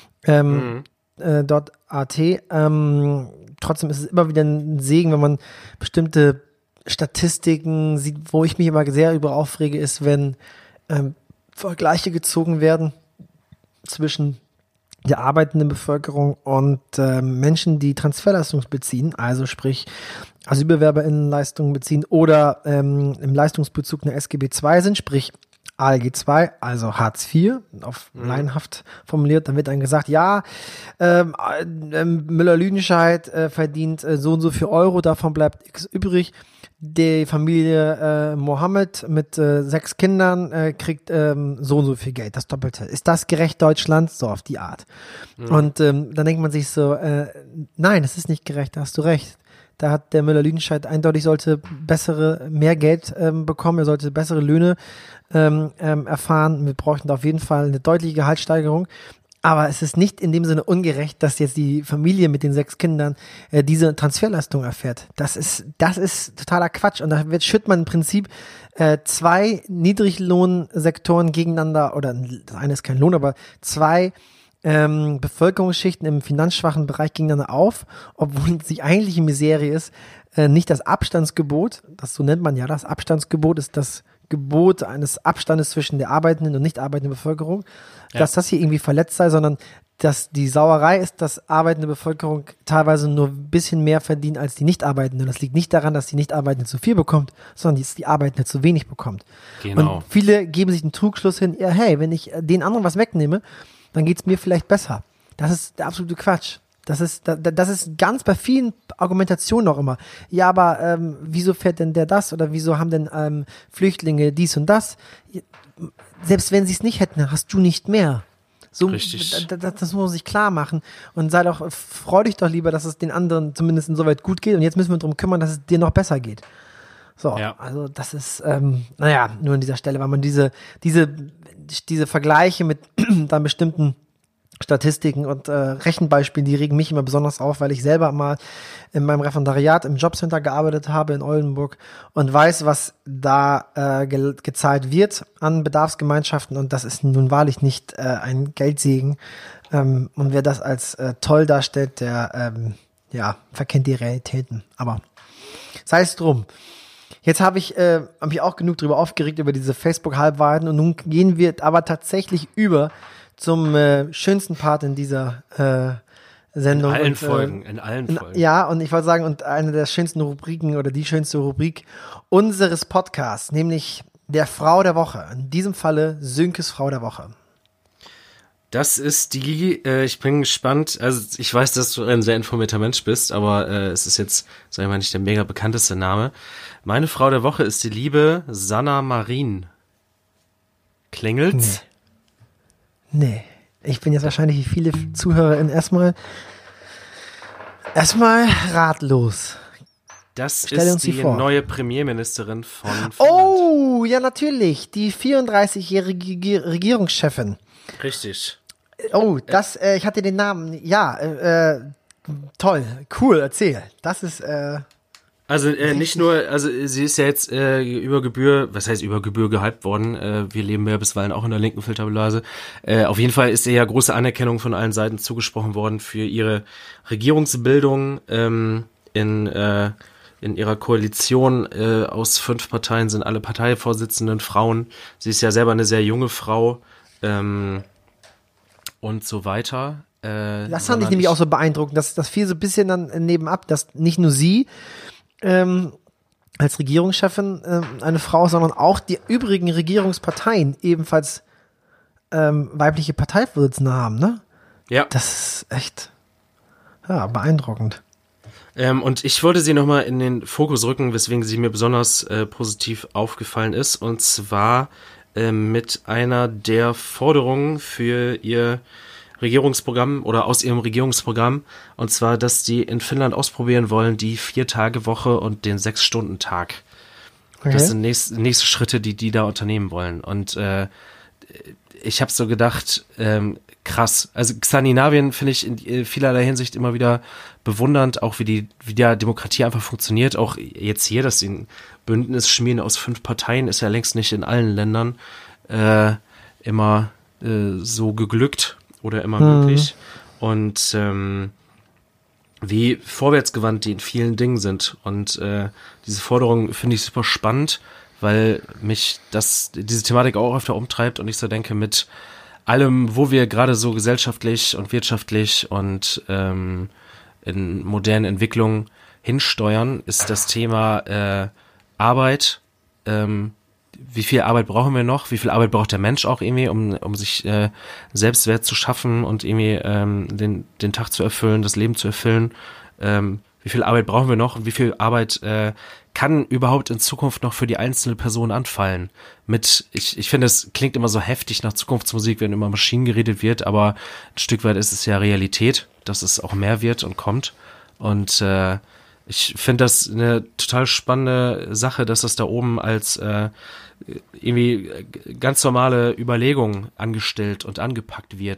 .at. Trotzdem ist es immer wieder ein Segen, wenn man bestimmte Statistiken sieht. Wo ich mich immer sehr über aufrege, ist, wenn Vergleiche gezogen werden zwischen der arbeitenden Bevölkerung und Menschen, die Transferleistung beziehen, also sprich AsylbewerberInnenleistungen beziehen oder im Leistungsbezug einer SGB II sind, sprich ALG II, also Hartz IV, auf laienhaft formuliert, dann wird dann gesagt, ja, Müller-Lüdenscheid verdient so und so viel Euro, davon bleibt X übrig. Die Familie Mohammed mit 6 Kindern kriegt so und so viel Geld, das Doppelte. Ist das gerecht Deutschland? So auf die Art. Und dann denkt man sich so, nein, es ist nicht gerecht, da hast du recht. Da hat der Müller-Lüdenscheid eindeutig sollte mehr Geld bekommen, er sollte bessere Löhne erfahren. Wir bräuchten da auf jeden Fall eine deutliche Gehaltssteigerung. Aber es ist nicht in dem Sinne ungerecht, dass jetzt die Familie mit den 6 Kindern diese Transferleistung erfährt. Das ist totaler Quatsch. Und da schüttet man im Prinzip 2 Niedriglohnsektoren gegeneinander, oder das eine ist kein Lohn, aber 2 Bevölkerungsschichten im finanzschwachen Bereich gegeneinander auf, obwohl die eigentliche Miserie ist, nicht das Abstandsgebot, so nennt man ja das Abstandsgebot, ist das Gebot eines Abstandes zwischen der arbeitenden und nicht arbeitenden Bevölkerung, dass das hier irgendwie verletzt sei, sondern dass die Sauerei ist, dass arbeitende Bevölkerung teilweise nur ein bisschen mehr verdient als die Nicht-Arbeitende. Und das liegt nicht daran, dass die Nicht-Arbeitende zu viel bekommt, sondern dass die Arbeitende zu wenig bekommt. Genau. Und viele geben sich den Trugschluss hin, ja, hey, wenn ich den anderen was wegnehme, dann geht's mir vielleicht besser. Das ist der absolute Quatsch. Das ist ganz bei vielen Argumentationen auch immer. Ja, aber wieso fährt denn der das? Oder wieso haben denn Flüchtlinge dies und das? Selbst wenn sie es nicht hätten, hast du nicht mehr. So, richtig. Das muss man sich klar machen. Und freu dich doch lieber, dass es den anderen zumindest insoweit gut geht. Und jetzt müssen wir uns darum kümmern, dass es dir noch besser geht. So, ja. Also das ist, nur an dieser Stelle, weil man diese Vergleiche mit dann bestimmten Statistiken und Rechenbeispielen, die regen mich immer besonders auf, weil ich selber mal in meinem Referendariat im Jobcenter gearbeitet habe in Oldenburg und weiß, was da gezahlt wird an Bedarfsgemeinschaften, und das ist nun wahrlich nicht ein Geldsegen. Und wer das als toll darstellt, der verkennt die Realitäten. Aber sei es drum. Jetzt habe ich mich auch genug darüber aufgeregt, über diese Facebook-Halbwahrheiten, und nun gehen wir aber tatsächlich über zum schönsten Part in dieser Sendung. In allen Folgen. Ja, und ich wollte sagen, und eine der schönsten Rubriken oder die schönste Rubrik unseres Podcasts, nämlich der Frau der Woche. In diesem Falle Sönkes Frau der Woche. Das ist ich bin gespannt, also ich weiß, dass du ein sehr informierter Mensch bist, aber es ist jetzt, sag ich mal, nicht der mega bekannteste Name. Meine Frau der Woche ist die liebe Sanna Marin. Klingelt's? Nee. Ich bin jetzt wahrscheinlich wie viele ZuhörerInnen erstmal ratlos. Das ist die neue Premierministerin von Finnland. Oh, ja natürlich. Die 34-jährige Regierungschefin. Richtig. Oh, ich hatte den Namen. Ja, toll. Cool, erzähl. Das ist, Also nicht nur, also sie ist ja jetzt über Gebühr gehypt worden. Wir leben ja bisweilen auch in der linken Filterblase. Auf jeden Fall ist ihr ja große Anerkennung von allen Seiten zugesprochen worden für ihre Regierungsbildung. In ihrer Koalition aus 5 Parteien sind alle Parteivorsitzenden Frauen. Sie ist ja selber eine sehr junge Frau und so weiter. Das fand ich nämlich auch so beeindruckend. Das fiel so ein bisschen dann nebenab, dass nicht nur sie als Regierungschefin eine Frau, sondern auch die übrigen Regierungsparteien ebenfalls weibliche Parteivorsitzende haben, ne? Ja. Das ist echt beeindruckend. Und ich wollte sie nochmal in den Fokus rücken, weswegen sie mir besonders positiv aufgefallen ist, und zwar mit einer der Forderungen für ihr Regierungsprogramm oder aus ihrem Regierungsprogramm, und zwar, dass die in Finnland ausprobieren wollen, die 4-Tage-Woche und den 6-Stunden-Tag. Okay. Das sind nächste Schritte, die da unternehmen wollen. Und ich habe so gedacht, krass. Also Skandinavien finde ich in vielerlei Hinsicht immer wieder bewundernd, auch wie der Demokratie einfach funktioniert. Auch jetzt hier, dass sie ein Bündnis schmieden aus 5 Parteien, ist ja längst nicht in allen Ländern immer so geglückt oder immer möglich. Und wie vorwärtsgewandt die in vielen Dingen sind. Und diese Forderung finde ich super spannend, weil mich diese Thematik auch öfter umtreibt und ich so denke, mit allem, wo wir gerade so gesellschaftlich und wirtschaftlich und in modernen Entwicklungen hinsteuern, ist das Thema Arbeit. Wie viel Arbeit brauchen wir noch? Wie viel Arbeit braucht der Mensch auch irgendwie, um sich Selbstwert zu schaffen und irgendwie den Tag zu erfüllen, das Leben zu erfüllen? Wie viel Arbeit brauchen wir noch und wie viel Arbeit kann überhaupt in Zukunft noch für die einzelne Person anfallen? Ich finde, es klingt immer so heftig nach Zukunftsmusik, wenn über Maschinen geredet wird, aber ein Stück weit ist es ja Realität, dass es auch mehr wird und kommt. Und ich finde das eine total spannende Sache, dass das da oben als irgendwie ganz normale Überlegung angestellt und angepackt wird,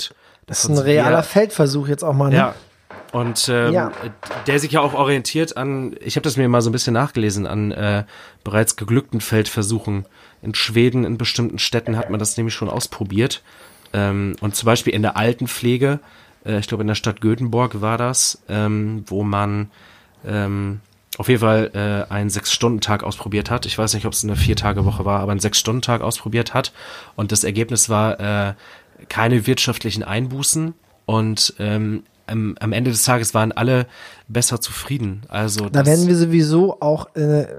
Das ist ein realer Feldversuch jetzt auch mal, ne? Ja. Und der sich ja auch orientiert an, ich habe das mir mal so ein bisschen nachgelesen, an bereits geglückten Feldversuchen. In Schweden, in bestimmten Städten hat man das nämlich schon ausprobiert. Und zum Beispiel in der Altenpflege, ich glaube in der Stadt Göteborg war das, wo man auf jeden Fall einen 6-Stunden-Tag ausprobiert hat. Ich weiß nicht, ob es eine 4-Tage-Woche war, aber einen 6-Stunden-Tag ausprobiert hat. Und das Ergebnis war keine wirtschaftlichen Einbußen und am Ende des Tages waren alle besser zufrieden. Also da werden wir sowieso auch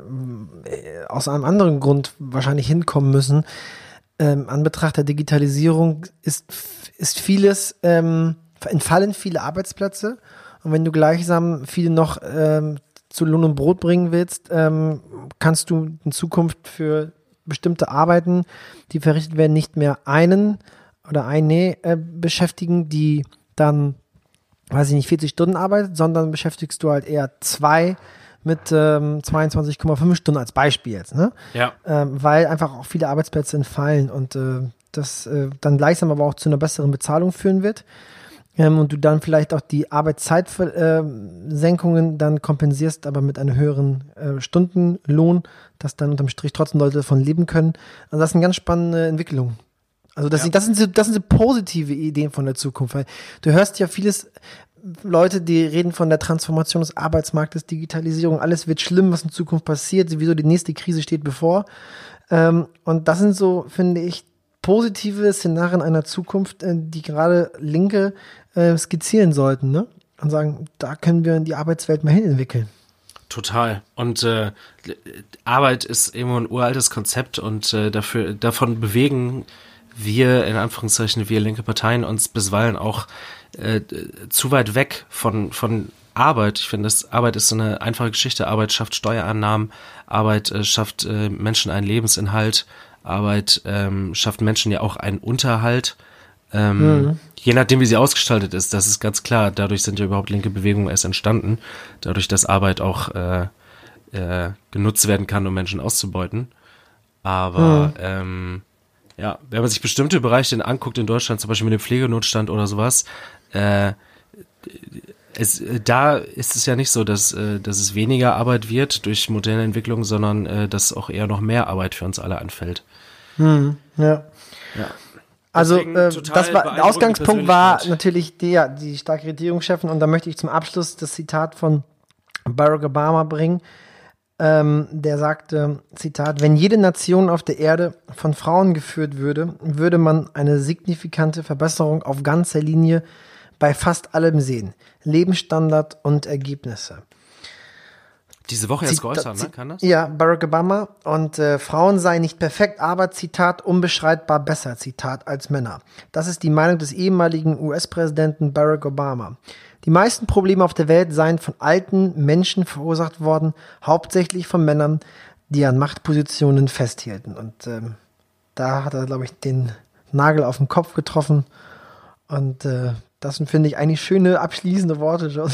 aus einem anderen Grund wahrscheinlich hinkommen müssen. An Betracht der Digitalisierung ist vieles, entfallen viele Arbeitsplätze. Und wenn du gleichsam viele noch zu Lohn und Brot bringen willst, kannst du in Zukunft für bestimmte Arbeiten, die verrichtet werden, nicht mehr einen oder eine beschäftigen, die dann, weiß ich nicht, 40 Stunden arbeitet, sondern beschäftigst du halt eher 2 mit 22,5 Stunden als Beispiel jetzt, ne? Ja. Weil einfach auch viele Arbeitsplätze entfallen und das dann gleichsam aber auch zu einer besseren Bezahlung führen wird. Und du dann vielleicht auch die Arbeitszeitsenkungen dann kompensierst, aber mit einem höheren Stundenlohn, dass dann unterm Strich trotzdem Leute davon leben können. Also das ist eine ganz spannende Entwicklung. Also das sind so positive Ideen von der Zukunft, weil du hörst ja vieles, Leute, die reden von der Transformation des Arbeitsmarktes, Digitalisierung, alles wird schlimm, was in Zukunft passiert, sowieso die nächste Krise steht bevor. Und das sind so, finde ich, positive Szenarien einer Zukunft, die gerade Linke skizzieren sollten, ne? Und sagen, da können wir die Arbeitswelt mal hin entwickeln. Total. Und Arbeit ist irgendwo ein uraltes Konzept und davon bewegen wir, in Anführungszeichen, wir linke Parteien uns bisweilen auch zu weit weg von Arbeit. Ich finde, Arbeit ist so eine einfache Geschichte. Arbeit schafft Steuereinnahmen, Arbeit schafft Menschen einen Lebensinhalt, Arbeit schafft Menschen ja auch einen Unterhalt. Je nachdem, wie sie ausgestaltet ist, das ist ganz klar. Dadurch sind ja überhaupt linke Bewegungen erst entstanden. Dadurch, dass Arbeit auch genutzt werden kann, um Menschen auszubeuten. Aber ja, wenn man sich bestimmte Bereiche anguckt in Deutschland, zum Beispiel mit dem Pflegenotstand oder sowas, da ist es ja nicht so, dass es weniger Arbeit wird durch moderne Entwicklung, sondern dass auch eher noch mehr Arbeit für uns alle anfällt. Ja. Also der Ausgangspunkt war natürlich die starke Regierungschefin und da möchte ich zum Abschluss das Zitat von Barack Obama bringen. Der sagte, Zitat, wenn jede Nation auf der Erde von Frauen geführt würde, würde man eine signifikante Verbesserung auf ganzer Linie bei fast allem sehen. Lebensstandard und Ergebnisse. Diese Woche erst geäußert, ne? Kann das? Ja, Barack Obama. Und Frauen seien nicht perfekt, aber, Zitat, unbeschreibbar besser, Zitat, als Männer. Das ist die Meinung des ehemaligen US-Präsidenten Barack Obama. Die meisten Probleme auf der Welt seien von alten Menschen verursacht worden, hauptsächlich von Männern, die an Machtpositionen festhielten. Und da hat er, glaube ich, den Nagel auf den Kopf getroffen. Und das sind, finde ich, eigentlich schöne abschließende Worte, John.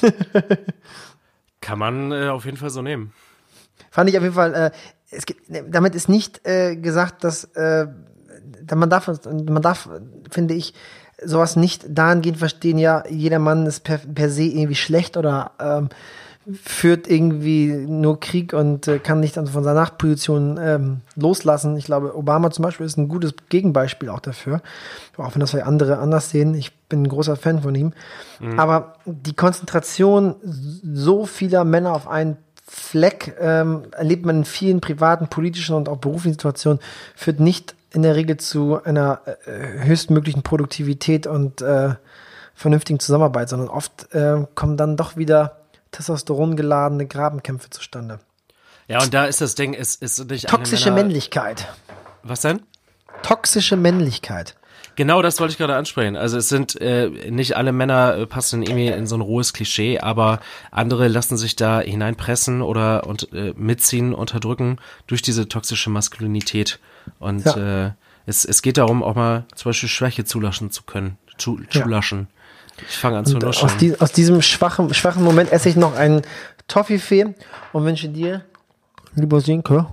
Kann man auf jeden Fall so nehmen. Fand ich auf jeden Fall, damit ist nicht gesagt, dass man darf, finde ich, sowas nicht dahingehend verstehen, ja, jeder Mann ist per se irgendwie schlecht oder führt irgendwie nur Krieg und kann nicht von seiner Machtposition loslassen. Ich glaube, Obama zum Beispiel ist ein gutes Gegenbeispiel auch dafür, auch wenn das vielleicht andere anders sehen. Ich bin ein großer Fan von ihm. Aber die Konzentration so vieler Männer auf einen Fleck erlebt man in vielen privaten, politischen und auch beruflichen Situationen, führt nicht in der Regel zu einer höchstmöglichen Produktivität und vernünftigen Zusammenarbeit, sondern oft kommen dann doch wieder testosterongeladene Grabenkämpfe zustande. Ja, und da ist das Ding, es ist nicht toxische Männlichkeit. Was denn? Toxische Männlichkeit. Genau, das wollte ich gerade ansprechen. Also es sind nicht alle Männer passen irgendwie in so ein rohes Klischee, aber andere lassen sich da hineinpressen oder mitziehen, unterdrücken durch diese toxische Maskulinität. Und es geht darum, auch mal zum Beispiel Schwäche zulaschen zu können. Zulaschen. Ich fange an zu nuscheln. Aus diesem schwachen Moment esse ich noch einen Toffifee und wünsche dir, lieber Sinke,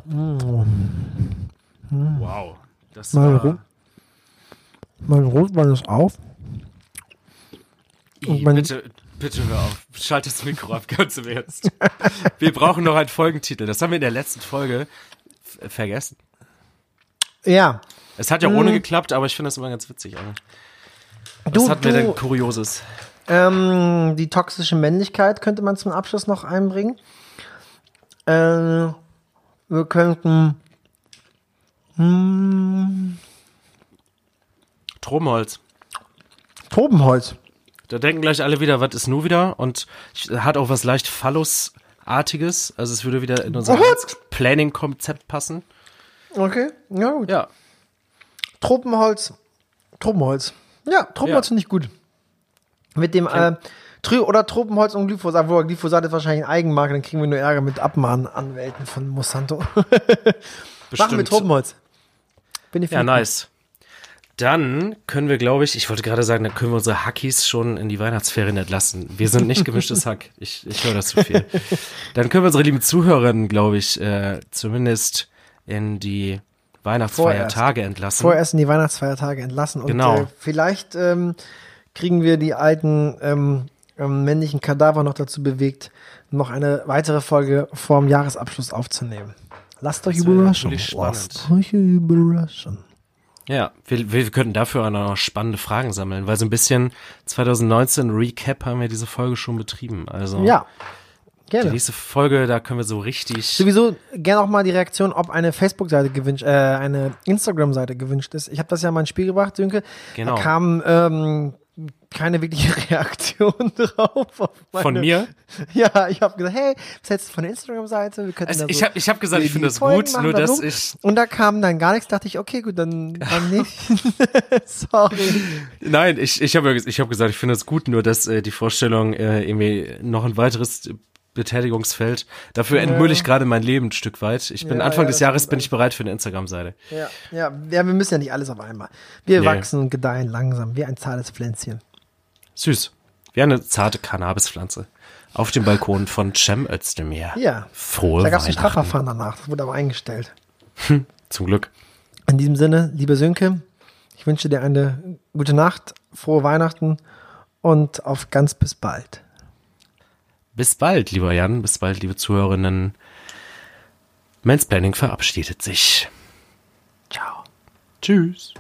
wow. Das war... Mein Rotwein ist auf. Und man, Bitte hör auf. Schalt das Mikro ab, ganz im Ernst. Wir brauchen noch einen Folgentitel. Das haben wir in der letzten Folge vergessen. ja. Es hat ja ohne geklappt, aber ich finde das immer ganz witzig. Was hatten wir denn Kurioses? Die toxische Männlichkeit könnte man zum Abschluss noch einbringen. Wir könnten Tropenholz. Tropenholz. Da denken gleich alle wieder, was ist nur wieder? Und hat auch was leicht Phallus-artiges. Also es würde wieder in unser Planning-Konzept passen. Okay, ja gut. Ja. Tropenholz. Ja, Tropenholz finde ich gut. Mit dem oder Tropenholz und Glyphosat. Wo Glyphosat ist wahrscheinlich ein Eigenmarke, dann kriegen wir nur Ärger mit Abmahnanwälten von Monsanto. Machen wir Tropenholz. Bin ich ja, nice. Dann können wir, glaube ich wollte gerade sagen, dann können wir unsere Hackies schon in die Weihnachtsferien entlassen. Wir sind nicht gemischtes Hack. Ich höre das zu viel. Dann können wir unsere lieben Zuhörerinnen, glaube ich, zumindest in die Weihnachtsfeiertage entlassen. Vorerst in die Weihnachtsfeiertage entlassen. Und genau. Vielleicht kriegen wir die alten männlichen Kadaver noch dazu bewegt, noch eine weitere Folge vorm Jahresabschluss aufzunehmen. Lasst euch überraschen. Ja, wir könnten dafür auch noch spannende Fragen sammeln, weil so ein bisschen 2019 Recap haben wir diese Folge schon betrieben. Also ja, gerne. Die nächste Folge, da können wir so richtig... Sowieso gerne auch mal die Reaktion, ob eine Facebook-Seite gewünscht, eine Instagram-Seite gewünscht ist. Ich habe das ja mal ins Spiel gebracht, Sönke. Genau. Da kam keine wirkliche Reaktion drauf. Von mir? Ja, ich habe gesagt, hey, was hältst du von der Instagram-Seite? Wir also ich hab gesagt, ich finde das gut, nur dass ich... Und da kam dann gar nichts, dachte ich, okay, gut, dann nicht. Sorry. Nein, ich habe gesagt, ich finde das gut, nur dass die Vorstellung irgendwie noch ein weiteres Betätigungsfeld, dafür entmülle ich gerade mein Leben ein Stück weit. Ich bin Anfang des Jahres bin ich bereit für eine Instagram-Seite. Ja, wir müssen ja nicht alles auf einmal. Wir wachsen und gedeihen langsam, wie ein zartes Pflänzchen. Süß. Wie eine zarte Cannabispflanze. Auf dem Balkon von Cem Özdemir. Ja. Frohe Da gab es ein Weihnachten. Strafverfahren danach. Das wurde aber eingestellt. Zum Glück. In diesem Sinne, liebe Sönke, ich wünsche dir eine gute Nacht, frohe Weihnachten und auf ganz bis bald. Bis bald, lieber Jan. Bis bald, liebe Zuhörerinnen. Mansplaining verabschiedet sich. Ciao. Tschüss.